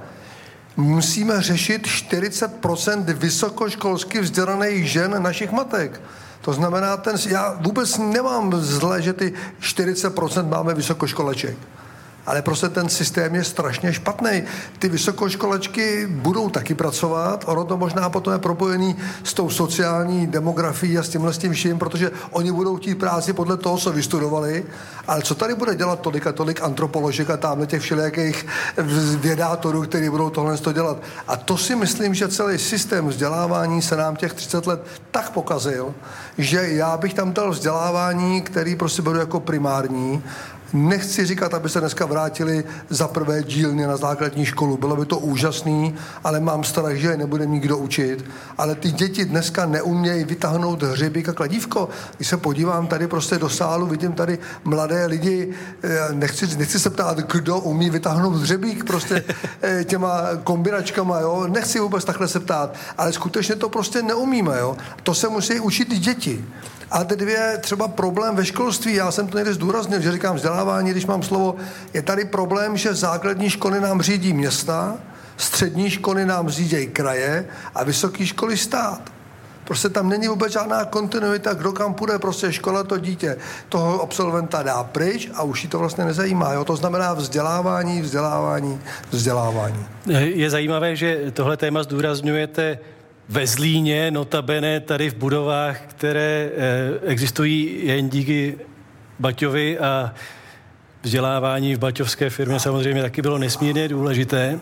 Musíme řešit čtyřicet procent vysokoškolsky vzdělaných žen našich matek. To znamená, ten, já vůbec nemám zle, že ty čtyřicet procent máme vysokoškoleček. Ale prostě ten systém je strašně špatný. Ty vysokoškolečky budou taky pracovat, ono to možná potom je propojený s tou sociální demografií a s tímhle s tím vším, protože oni budou chtít práci podle toho, co vystudovali, ale co tady bude dělat tolik a tolik antropoložek a tamhle těch všelijakých vědátorů, kteří budou tohle dělat. A to si myslím, že celý systém vzdělávání se nám těch třicet let tak pokazil, že já bych tam dal vzdělávání, který prostě beru jako primární. Nechci říkat, aby se dneska vrátili za prvé dílně na základní školu. Bylo by to úžasný, ale mám strach, že je nebude nikdo učit. Ale ty děti dneska neumějí vytáhnout hřebík a kladívko. Když se podívám tady prostě do sálu, vidím tady mladé lidi, nechci, nechci se ptát, kdo umí vytáhnout hřebík prostě těma kombinačkama, jo. Nechci vůbec takhle se ptát, ale skutečně to prostě neumíme, jo. To se musí učit i děti. A ty dvě třeba problém ve školství, já jsem to někde zdůraznil, že říkám vzdělávání, když mám slovo, je tady problém, že základní školy nám řídí města, střední školy nám řídí kraje a vysoké školy stát. Prostě tam není vůbec žádná kontinuita, kdo kam půjde, prostě škola to dítě toho absolventa dá pryč a už jí to vlastně nezajímá. Jo? To znamená vzdělávání, vzdělávání, vzdělávání. Je zajímavé, že tohle téma zdůrazňujete ve Zlíně, notabene tady v budovách, které eh, existují jen díky Baťovi a vzdělávání v baťovské firmě samozřejmě taky bylo nesmírně důležité.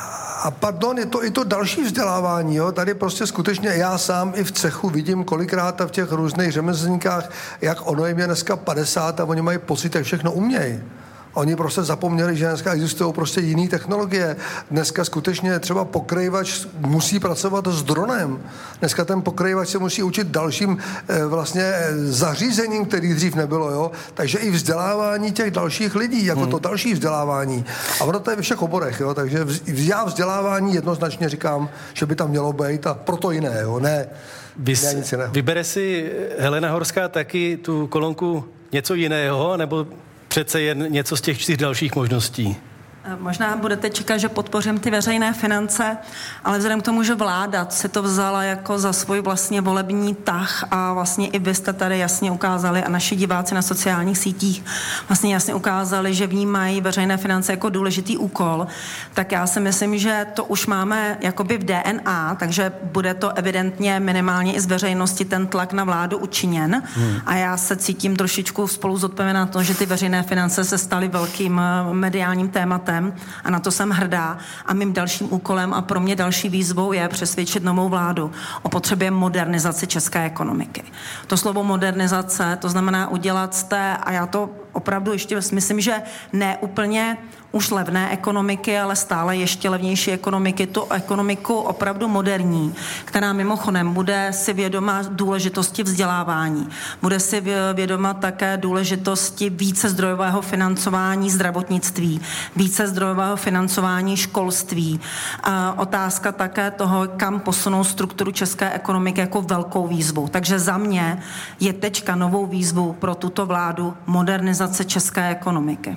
A pardon, je to i to další vzdělávání, jo? Tady prostě skutečně já sám i v cechu vidím kolikrát a v těch různých řemeslníkách, jak ono jim je dneska padesát a oni mají pocit, jak všechno umějí. Oni prostě zapomněli, že dneska existují prostě jiné technologie. Dneska skutečně třeba pokryvač musí pracovat s dronem. Dneska ten pokryvač se musí učit dalším e, vlastně zařízením, který dřív nebylo, jo. Takže i vzdělávání těch dalších lidí, jako hmm. to další vzdělávání. A ono to je ve všech oborech, jo. Takže vz, já vzdělávání jednoznačně říkám, že by tam mělo být a proto jiné, jo. Ne, Vys, ne nic jiného. Vybere si Helena Horská taky tu kolonku něco jiného, nebo přece jen něco z těch čtyř dalších možností? Možná budete čekat, že podpořím ty veřejné finance, ale vzhledem k tomu, že vláda si to vzala jako za svůj vlastně volební tah a vlastně i vy jste tady jasně ukázali a naši diváci na sociálních sítích vlastně jasně ukázali, že vnímají veřejné finance jako důležitý úkol, tak já si myslím, že to už máme jakoby v D N A, takže bude to evidentně minimálně i z veřejnosti ten tlak na vládu učiněn hmm. a já se cítím trošičku spolu zodpovědná na to, že ty veřejné finance se staly velkým mediálním tématem a na to jsem hrdá. A mým dalším úkolem a pro mě další výzvou je přesvědčit novou vládu o potřebě modernizace české ekonomiky. To slovo modernizace, to znamená udělat z té, a já to opravdu ještě myslím, že ne úplně už levné ekonomiky, ale stále ještě levnější ekonomiky, tu ekonomiku opravdu moderní, která mimochodem bude si vědoma důležitosti vzdělávání, bude si vědoma také důležitosti více zdrojového financování zdravotnictví, více zdrojového financování školství. A otázka také toho, kam posunou strukturu české ekonomiky jako velkou výzvu. Takže za mě je teďka novou výzvou pro tuto vládu modernizace české ekonomiky.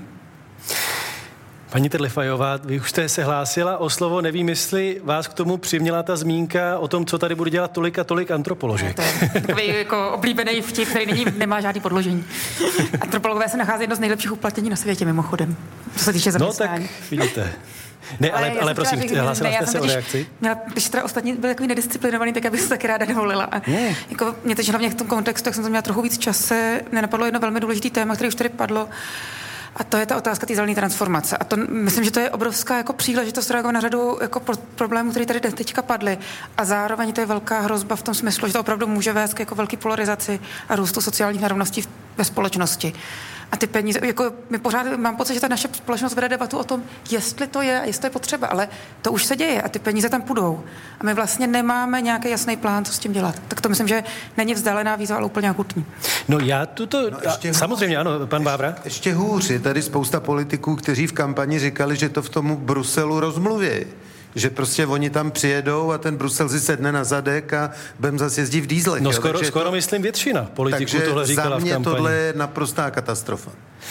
Paní Trlifajová, vy už jste se hlásila o slovo, nevím, jestli vás k tomu přiměla ta zmínka o tom, co tady bude dělat tolik a tolik antropoložek. To je takový jako oblíbený vtip, který není, nemá žádný podložení. Antropologové se nachází jedno z nejlepších uplatnění na světě, mimochodem, co se týče zaměstnání. No tak, vidíte. Ne, ale, ale, ale prosím, říct, hlásila jste se o reakci? Měla, když teda ostatní byli takový nedisciplinovaný, tak já bych se taky ráda dovolila. A ne. Jako, mě teď hlavně v tom kontextu, tak jsem to měla trochu víc čase, nenapadlo jedno velmi důležité téma, které už tady padlo. A to je ta otázka té zelené transformace. A to myslím, že to je obrovská jako příležitost reagovat na řadu jako problémů, které tady teďka padly. A zároveň to je velká hrozba v tom smyslu, že to opravdu může vést k jako velké polarizaci a růstu sociálních nerovností ve společnosti. A ty peníze, jako my pořád mám pocit, že ta naše společnost vede debatu o tom, jestli to je a jestli to je potřeba, ale to už se děje a ty peníze tam půjdou. A my vlastně nemáme nějaký jasný plán, co s tím dělat. Tak to myslím, že není vzdálená výzva, ale úplně akutní. No já tuto, no a, samozřejmě ano, pan Vávra. Ještě hůř, je tady spousta politiků, kteří v kampani říkali, že to v tomu Bruselu rozmluví. Že prostě oni tam přijedou a ten Brusel si sedne na zadek a budeme zase jezdit v dýzlech. No skoro, skoro to... myslím většina politiků tohle říkala v kampani. Takže za mě tohle je naprostá katastrofa.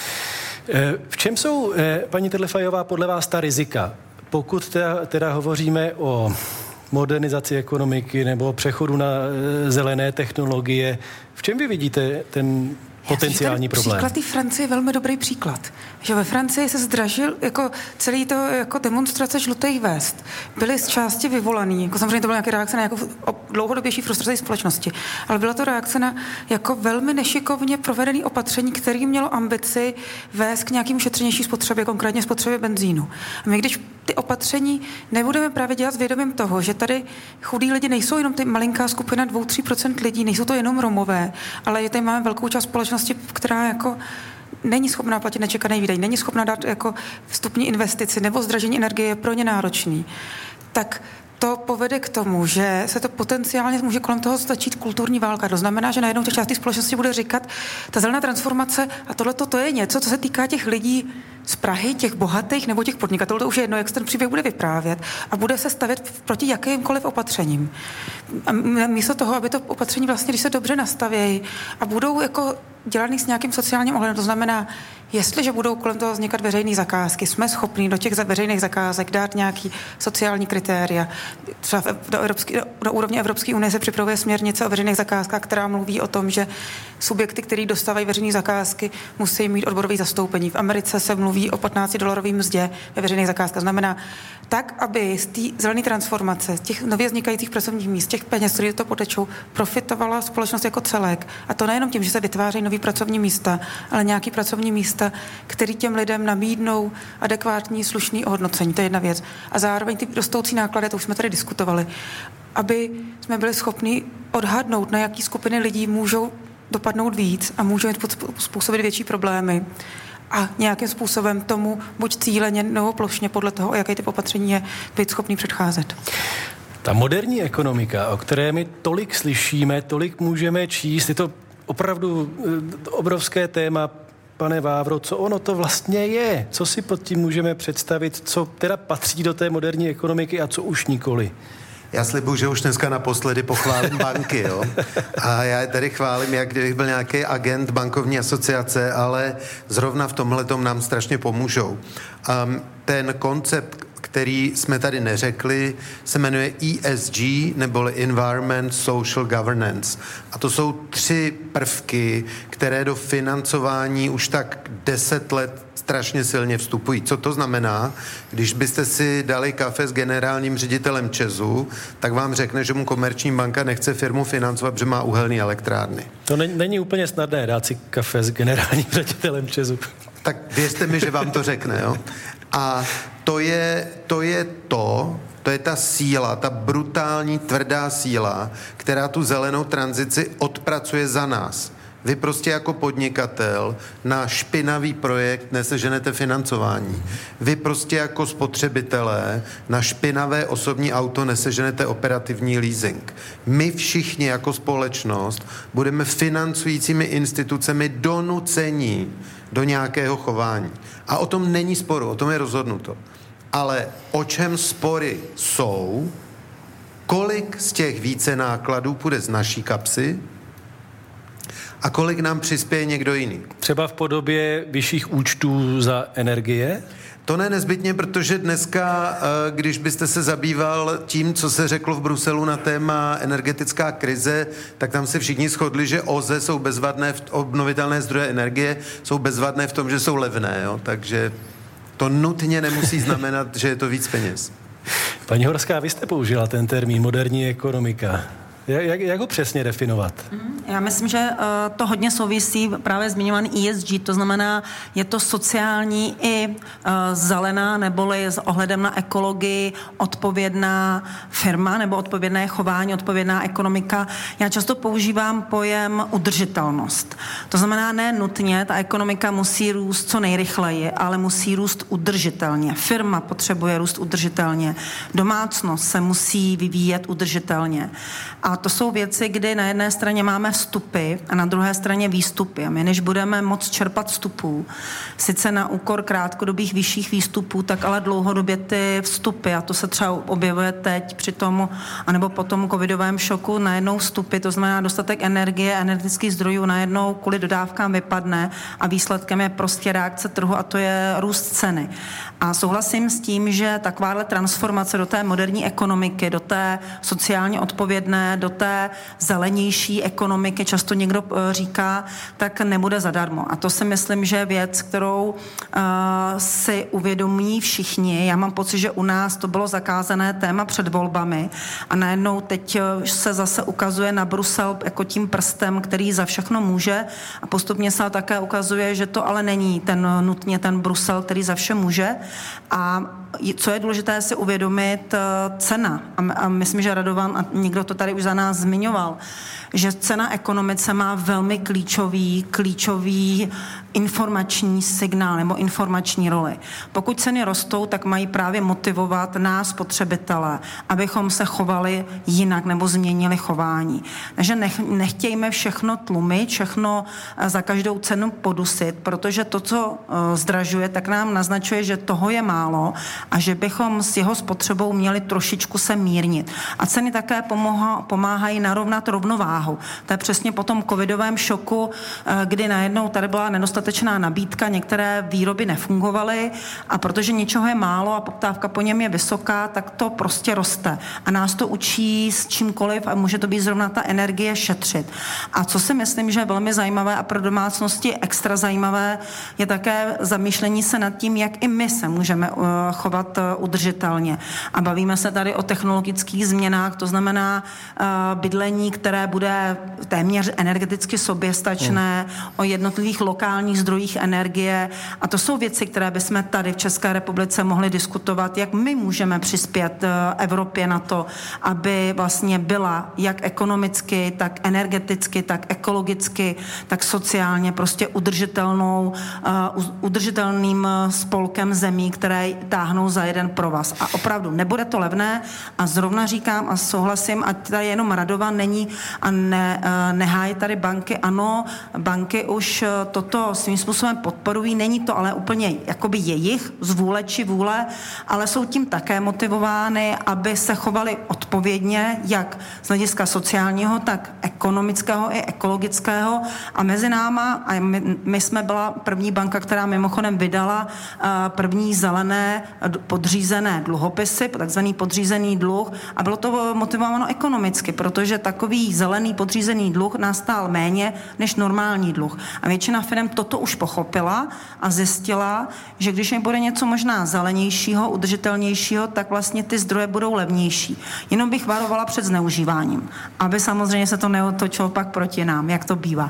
V čem jsou, paní Trlifajová, podle vás ta rizika? Pokud teda, teda hovoříme o modernizaci ekonomiky nebo přechodu na zelené technologie, v čem vy vidíte ten potenciální problém? Příklad té Francie je velmi dobrý příklad. Že ve Francii se zdražil jako celý to jako demonstrace žlutých vest. Byly z části vyvolaný, jako samozřejmě to byla nějaká reakce na jako dlouhodobější frustraci společnosti, ale byla to reakce na jako velmi nešikovně provedený opatření, který mělo ambici vést k nějakým šetřenější spotřebě, konkrétně spotřebě benzínu. A my když ty opatření nebudeme právě dělat s vědomím toho, že tady chudí lidi nejsou jenom ty malinká skupina dvou tři procent lidí, nejsou to jenom Romové, ale že tady máme velkou část společnosti, která jako není schopná platit nečekaný výdaj, není schopná dát jako vstupní investici nebo zdražení energie je pro ně náročný, tak to povede k tomu, že se to potenciálně může kolem toho začít kulturní válka. To znamená, že najednou těch částí společnosti bude říkat, ta zelená transformace a tohle to je něco, co se týká těch lidí z Prahy, těch bohatých nebo těch podnikatelů, to už je jedno, jak se ten příběh bude vyprávět a bude se stavět proti jakýmkoliv opatřením. A místo toho, aby to opatření vlastně, když se dobře nastavějí a budou jako dělaný s nějakým sociálním ohledem, to znamená, jestliže budou kolem toho vznikat veřejné zakázky, jsme schopni do těch veřejných zakázek dát nějaký sociální kritéria. Třeba do, Evropský, do úrovně Evropské unie se připravuje směrnice o veřejných zakázkách, která mluví o tom, že subjekty, které dostávají veřejné zakázky, musí mít odborové zastoupení. V Americe se mluví o patnáctidolarové mzdě ve veřejných zakázkách. Znamená, tak, aby z té zelené transformace, z těch nově vznikajících pracovních míst, těch peněz, které to potečou, profitovala společnost jako celek. A to nejenom tím, že se vytvářejí nový pracovní místa, ale nějaký pracovní místa, které těm lidem nabídnou adekvátní, slušný ohodnocení. To je jedna věc. A zároveň ty rostoucí náklady, to už jsme tady diskutovali, aby jsme byli schopni odhadnout, na jaký skupiny lidí můžou dopadnout víc a můžou způsobit větší problémy. A nějakým způsobem tomu buď cíleně nebo plošně podle toho, o jaký typ opatření je být schopný předcházet. Ta moderní ekonomika, o které my tolik slyšíme, tolik můžeme číst, je to opravdu obrovské téma. Pane Vávro, co ono to vlastně je? Co si pod tím můžeme představit? Co teda patří do té moderní ekonomiky a co už nikoli? Já slibuju, že už dneska naposledy pochválím banky, jo. A já je tady chválím, jak kdybych byl nějaký agent bankovní asociace, ale zrovna v tomhletom nám strašně pomůžou. Um, ten koncept, který jsme tady neřekli, se jmenuje E S G, neboli Environment Social Governance. A to jsou tři prvky, které do financování už tak deset let strašně silně vstupují. Co to znamená? Když byste si dali kafe s generálním ředitelem ČEZu, tak vám řekne, že mu komerční banka nechce firmu financovat, protože má uhelné elektrárny. To není, není úplně snadné dát si kafe s generálním ředitelem ČEZu. Tak věřte mi, že vám to řekne, jo? A to je, to je to, to je ta síla, ta brutální, tvrdá síla, která tu zelenou tranzici odpracuje za nás. Vy prostě jako podnikatel na špinavý projekt neseženete financování. Vy prostě jako spotřebitelé na špinavé osobní auto neseženete operativní leasing. My všichni jako společnost budeme financujícími institucemi donucení do nějakého chování. A o tom není sporu, o tom je rozhodnuto. Ale o čem spory jsou, kolik z těch více nákladů půjde z naší kapsy a kolik nám přispěje někdo jiný. Třeba v podobě vyšších účtů za energie? To ne nezbytně, protože dneska, když byste se zabýval tím, co se řeklo v Bruselu na téma energetická krize, tak tam se všichni shodli, že O Z E jsou bezvadné, v obnovitelné zdroje energie jsou bezvadné v tom, že jsou levné, jo? Takže to nutně nemusí znamenat, že je to víc peněz. Paní Horská, vy jste použila ten termín moderní ekonomika. Jak, jak ho přesně definovat? Já myslím, že uh, to hodně souvisí právě zmiňovaný E S G, to znamená, je to sociální i uh, zelená, neboli s ohledem na ekologii odpovědná firma nebo odpovědné chování, odpovědná ekonomika. Já často používám pojem udržitelnost. To znamená, ne nutně, ta ekonomika musí růst co nejrychleji, ale musí růst udržitelně. Firma potřebuje růst udržitelně. Domácnost se musí vyvíjet udržitelně. A to jsou věci, kdy na jedné straně máme vstupy a na druhé straně výstupy. A my, než budeme moc čerpat vstupů, sice na úkor krátkodobých vyšších výstupů, tak ale dlouhodobě ty vstupy, a to se třeba objevuje teď při tomu, anebo po tom covidovém šoku, najednou vstupy, to znamená dostatek energie, energetických zdrojů najednou kvůli dodávkám vypadne a výsledkem je prostě reakce trhu a to je růst ceny. A souhlasím s tím, že takováhle transformace do té moderní ekonomiky, do té sociálně odpovědné, do té zelenější ekonomiky, často někdo říká, tak nebude zadarmo. A to si myslím, že je věc, kterou uh, si uvědomí všichni. Já mám pocit, že u nás to bylo zakázané téma před volbami a najednou teď se zase ukazuje na Brusel jako tím prstem, který za všechno může a postupně se také ukazuje, že to ale není ten nutně ten Brusel, který za vše může. A co je důležité si uvědomit, cena. A myslím, že Radovan, a někdo to tady už za nás zmiňoval, že cena ekonomice má velmi klíčový, klíčový informační signál nebo informační roli. Pokud ceny rostou, tak mají právě motivovat nás, spotřebitele, abychom se chovali jinak nebo změnili chování. Takže nech, nechtějme všechno tlumit, všechno za každou cenu podusit, protože to, co uh, zdražuje, tak nám naznačuje, že toho je málo a že bychom s jeho spotřebou měli trošičku se mírnit. A ceny také pomoha, pomáhají narovnat rovnováhu. To je přesně po tom covidovém šoku, kdy najednou tady byla nedostatečná nabídka, některé výroby nefungovaly a protože něčeho je málo a poptávka po něm je vysoká, tak to prostě roste. A nás to učí s čímkoliv a může to být zrovna ta energie šetřit. A co si myslím, že je velmi zajímavé a pro domácnosti extra zajímavé, je také zamýšlení se nad tím, jak i my se můžeme chovat udržitelně. A bavíme se tady o technologických změnách, to znamená bydlení, které bude téměř energeticky soběstačné, hmm. o jednotlivých lokálních zdrojích energie. A to jsou věci, které bychom tady v České republice mohli diskutovat, jak my můžeme přispět Evropě na to, aby vlastně byla jak ekonomicky, tak energeticky, tak ekologicky, tak sociálně prostě udržitelnou, uh, udržitelným spolkem zemí, které táhnou za jeden provaz. A opravdu nebude to levné a zrovna říkám a souhlasím, a tady jenom Radovan není a ne, nehájí tady banky. Ano, banky už toto svým způsobem podporují, není to ale úplně jakoby jejich z vůle či vůle, ale jsou tím také motivovány, aby se chovali odpovědně, jak z hlediska sociálního, tak ekonomického i ekologického a mezi náma, a my, my jsme byla první banka, která mimochodem vydala uh, první zelené podřízené dluhopisy, takzvaný podřízený dluh a bylo to motivováno ekonomicky, protože takový zelený podřízený dluh nás stál méně než normální dluh. A většina firm toto už pochopila a zjistila, že když jim bude něco možná zelenějšího, udržitelnějšího, tak vlastně ty zdroje budou levnější. Jenom bych varovala před zneužíváním, aby samozřejmě se to neotočilo pak proti nám, jak to bývá.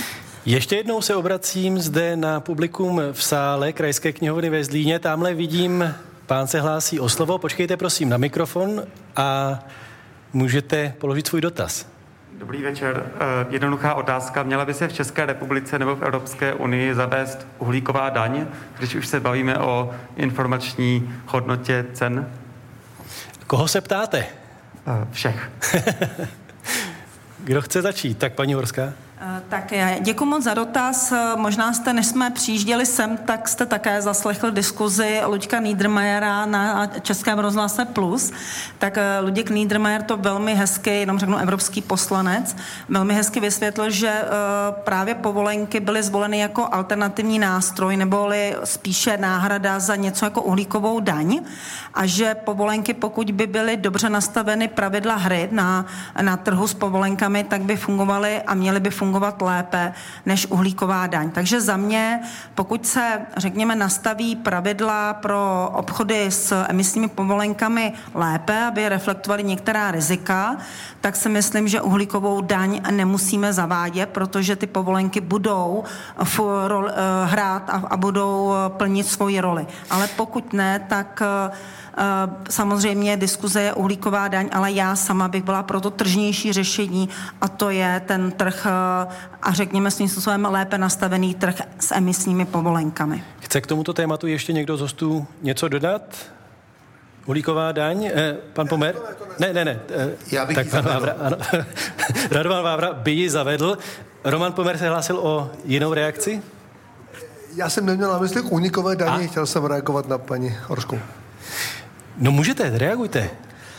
Ještě jednou se obracím zde na publikum v sále Krajské knihovny ve Zlíně. Tamhle vidím, pán se hlásí o slovo. Počkejte prosím na mikrofon a můžete položit svůj dotaz. Dobrý večer. Jednoduchá otázka. Měla by se v České republice nebo v Evropské unii zavést uhlíková daň, když už se bavíme o informační hodnotě cen? Koho se ptáte? Všech. Kdo chce začít? Tak paní Horská. Tak já děkuji moc za dotaz. Možná jste, než jsme přijížděli sem, tak jste také zaslechl diskuzi Luďka Niedermayera na Českém rozhlase Plus. Tak Luděk Niedermayer to velmi hezky, jenom řeknu evropský poslanec, velmi hezky vysvětlil, že právě povolenky byly zvoleny jako alternativní nástroj, neboli spíše náhrada za něco jako uhlíkovou daň a že povolenky, pokud by byly dobře nastaveny pravidla hry na, na trhu s povolenkami, tak by fungovaly a měly by fungovat fungovat lépe než uhlíková daň. Takže za mě, pokud se, řekněme, nastaví pravidla pro obchody s emisními povolenkami lépe, aby reflektovaly některá rizika, tak si myslím, že uhlíkovou daň nemusíme zavádět, protože ty povolenky budou v roli, hrát a, a budou plnit svoji roli. Ale pokud ne, tak samozřejmě diskuze je uhlíková daň, ale já sama bych byla pro to tržnější řešení a to je ten trh a řekněme svým způsobem lépe nastavený trh s emisními povolenkami. Chce k tomuto tématu ještě někdo z hostů něco dodat? Uhlíková daň? Eh, pan Pomer? Ne, ne, ne. Eh, já bych tak pan Vávra, ano. Radovan Vávra by ji zavedl. Roman Pomer se hlásil o jinou reakci? Já jsem neměl na mysli k uhlíkové daní, a? chtěl jsem reagovat na paní Horskou. No můžete, reagujte.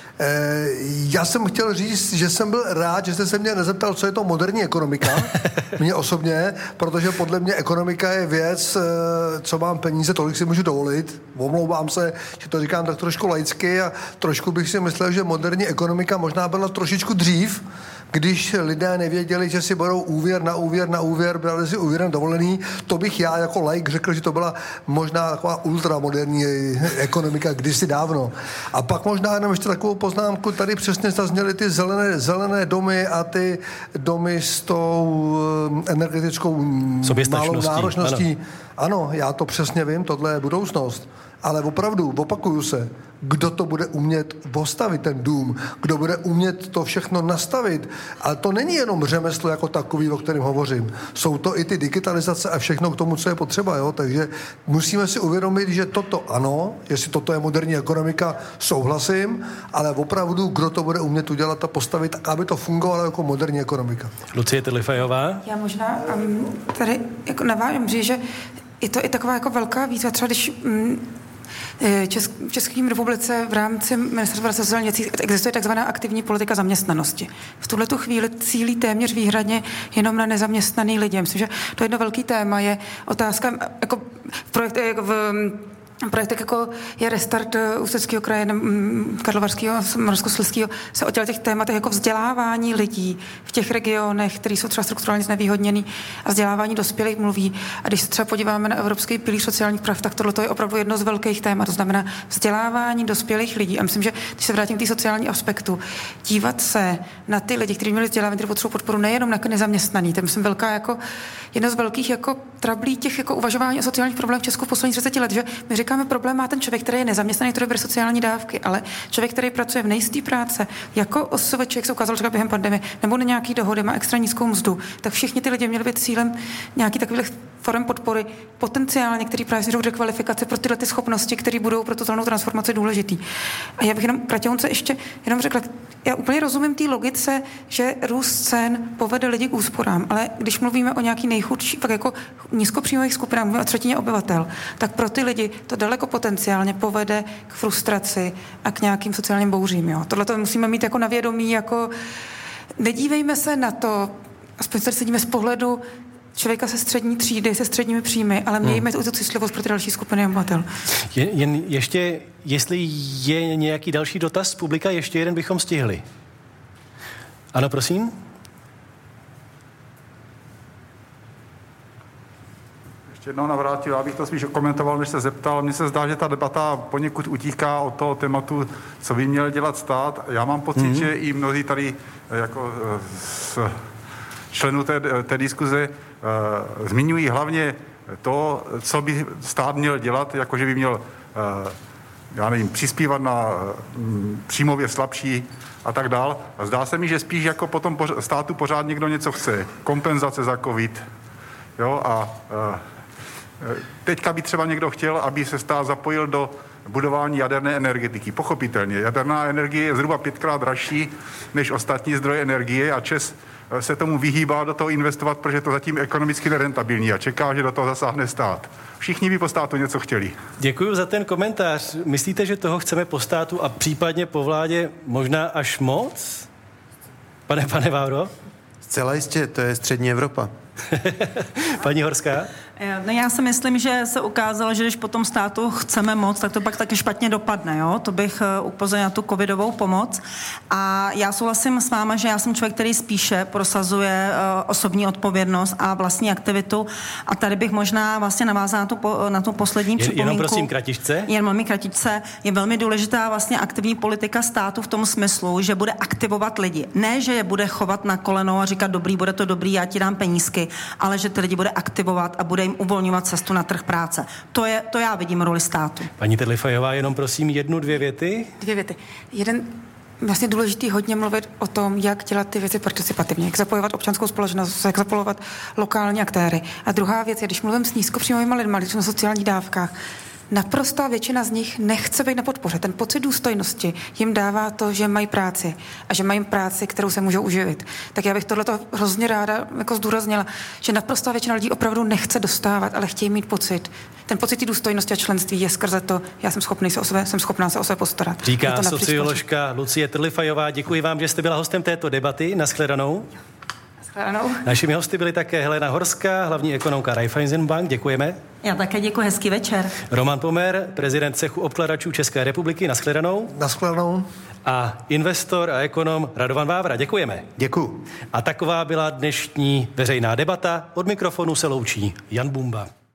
E, já jsem chtěl říct, že jsem byl rád, že jste se mě nezeptal, co je to moderní ekonomika, mě osobně, protože podle mě ekonomika je věc, co mám peníze, tolik si můžu dovolit. Omlouvám se, že to říkám tak trošku laicky a trošku bych si myslel, že moderní ekonomika možná byla trošičku dřív, když lidé nevěděli, že si berou úvěr na úvěr na úvěr, brali si úvěr na dovolený, to bych já jako laik řekl, že to byla možná taková ultramoderní ekonomika kdysi dávno. A pak možná jenom ještě takovou poznámku, tady přesně zazněly ty zelené, zelené domy a ty domy s tou energetickou malou náročností. Ano. ano, já to přesně vím, tohle je budoucnost. Ale opravdu, opakuju se, kdo to bude umět postavit, ten dům, kdo bude umět to všechno nastavit. Ale to není jenom řemeslo jako takový, o kterém hovořím. Jsou to i ty digitalizace a všechno k tomu, co je potřeba. Jo? Takže musíme si uvědomit, že toto ano, jestli toto je moderní ekonomika, souhlasím, ale opravdu, kdo to bude umět udělat a postavit tak, aby to fungovalo jako moderní ekonomika. Lucie Trlifajová. Já možná um, tady jako navážím, že je to i taková jako velká výzva, třeba když um, Česk, v České republice v rámci Ministerstva sociálních věcí existuje takzvaná aktivní politika zaměstnanosti. V tuhletu chvíli cílí téměř výhradně jenom na nezaměstnaný lidi. Myslím, že to jedno velký téma je otázka jako v projektu jako v projektech jako je Restart Ústeckého kraje, Karlovarského, Moravskoslezského, se o těch tématech jako vzdělávání lidí v těch regionech, které jsou třeba strukturálně znevýhodněný a vzdělávání dospělých mluví. A když se třeba podíváme na Evropský pilíř sociálních práv, tak tohle je opravdu jedno z velkých témat, to znamená vzdělávání dospělých lidí. A myslím, že když se vrátím k té sociální aspektu, dívat se na ty lidi, kteří měli vzdělávání, kteří potřebují podporu, nejenom na nezaměstnaný. To myslím velká jako jedno z velkých jako trablí těch jako uvažování o sociálních problémech v Česku v posledních třiceti let, že my říkáme, problém má ten člověk, který je nezaměstnaný, který bere sociální dávky, ale člověk, který pracuje v nejisté práce, jako osvč, jak se ukázalo třeba během pandemie, nebo na nějaký dohody, má extra nízkou mzdu, tak všichni ty lidi měli být cílem nějaký takových forem podpory, potenciálně, který právě směřují do kvalifikace pro tyhle ty schopnosti, které budou pro totálnou transformaci důležitý. A já bych jenom kratěunce ještě jenom řekla, já úplně rozumím té logice, že růst cen povede lidi k úsporám, ale když mluvíme o nějaký nejchudší, tak jako nízkopříjmových skupinách, mluvíme o třetině obyvatel, tak pro ty lidi to daleko potenciálně povede k frustraci a k nějakým sociálním bouřím. Jo. Tohle to musíme mít jako na vědomí, jako nedívejme se na to, aspoň se sedíme z pohledu člověka se střední třídy, se středními příjmy, ale mějme hmm. tu citlivost pro ty další skupiny obyvatel. Jen, jen ještě, jestli je nějaký další dotaz z publika, ještě jeden bychom stihli. Ano, prosím? Ještě jednou navrátil, já bych to spíš komentoval, než se zeptal. Mně se zdá, že ta debata poněkud utíká od toho tématu, co by měl dělat stát. Já mám pocit, hmm. že i mnozí tady jako z členů té, té diskuze uh, zmiňují hlavně to, co by stát měl dělat, jakože by měl, uh, já nevím, přispívat na uh, příjmově slabší a tak dál. A zdá se mi, že spíš jako potom státu pořád někdo něco chce. Kompenzace za covid. Jo, a teďka by třeba někdo chtěl, aby se stát zapojil do budování jaderné energetiky. Pochopitelně, jaderná energie je zhruba pětkrát dražší než ostatní zdroje energie a ČEZ se tomu vyhýbá do toho investovat, protože to zatím ekonomicky nerentabilní a čeká, že do toho zasáhne stát. Všichni by po státu něco chtěli. Děkuji za ten komentář. Myslíte, že toho chceme po státu a případně po vládě možná až moc? Pane, pane Vávro? Zcela jistě, to je střední Evropa. Paní Horská? No já si myslím, že se ukázalo, že když po tom státu chceme moc, tak to pak taky špatně dopadne, jo? To bych upozornila na tu covidovou pomoc. A já souhlasím s váma, že já jsem člověk, který spíše prosazuje uh, osobní odpovědnost a vlastní aktivitu. A tady bych možná vlastně navázala na tu, po, na tu poslední Jen, připomínku. Jenom prosím kratičce. Jen velmi kratičce. Je velmi důležitá vlastně aktivní politika státu v tom smyslu, že bude aktivovat lidi. Ne, že je bude chovat na koleno a říkat dobrý, bude to dobrý, já ti dám penízky, ale že ty lidi bude aktivovat a bude jim uvolňovat cestu na trh práce. To je, to já vidím roli státu. Paní Terlifajová, jenom prosím jednu, dvě věty. Dvě věty. Jeden vlastně důležitý hodně mluvit o tom, jak dělat ty věci participativně, jak zapojovat občanskou společnost, jak zapojovat lokální aktéry. A druhá věc je, když mluvím s nízkopříjmovými lidmi, když jsme na sociálních dávkách, naprostá většina z nich nechce být na podpoře. Ten pocit důstojnosti jim dává to, že mají práci a že mají práci, kterou se můžou uživit. Tak já bych tohleto hrozně ráda jako zdůraznila, že naprostá většina lidí opravdu nechce dostávat, ale chtějí mít pocit. Ten pocit důstojnosti a členství je skrze to, já jsem schopný se o sebe, jsem schopná se o sebe postarat. Říká socioložka Lucie Terlifajová. Děkuji vám, že jste byla hostem této debaty. Nashledanou. Ano. Našimi hosty byly také Helena Horská, hlavní ekonomka Raiffeisenbank. Děkujeme. Já také děkuji, hezký večer. Roman Pomer, prezident cechu obkladačů České republiky. Nashledanou. Nashledanou. A investor a ekonom Radovan Vávra. Děkujeme. Děkuji. A taková byla dnešní veřejná debata. Od mikrofonu se loučí Jan Bumba.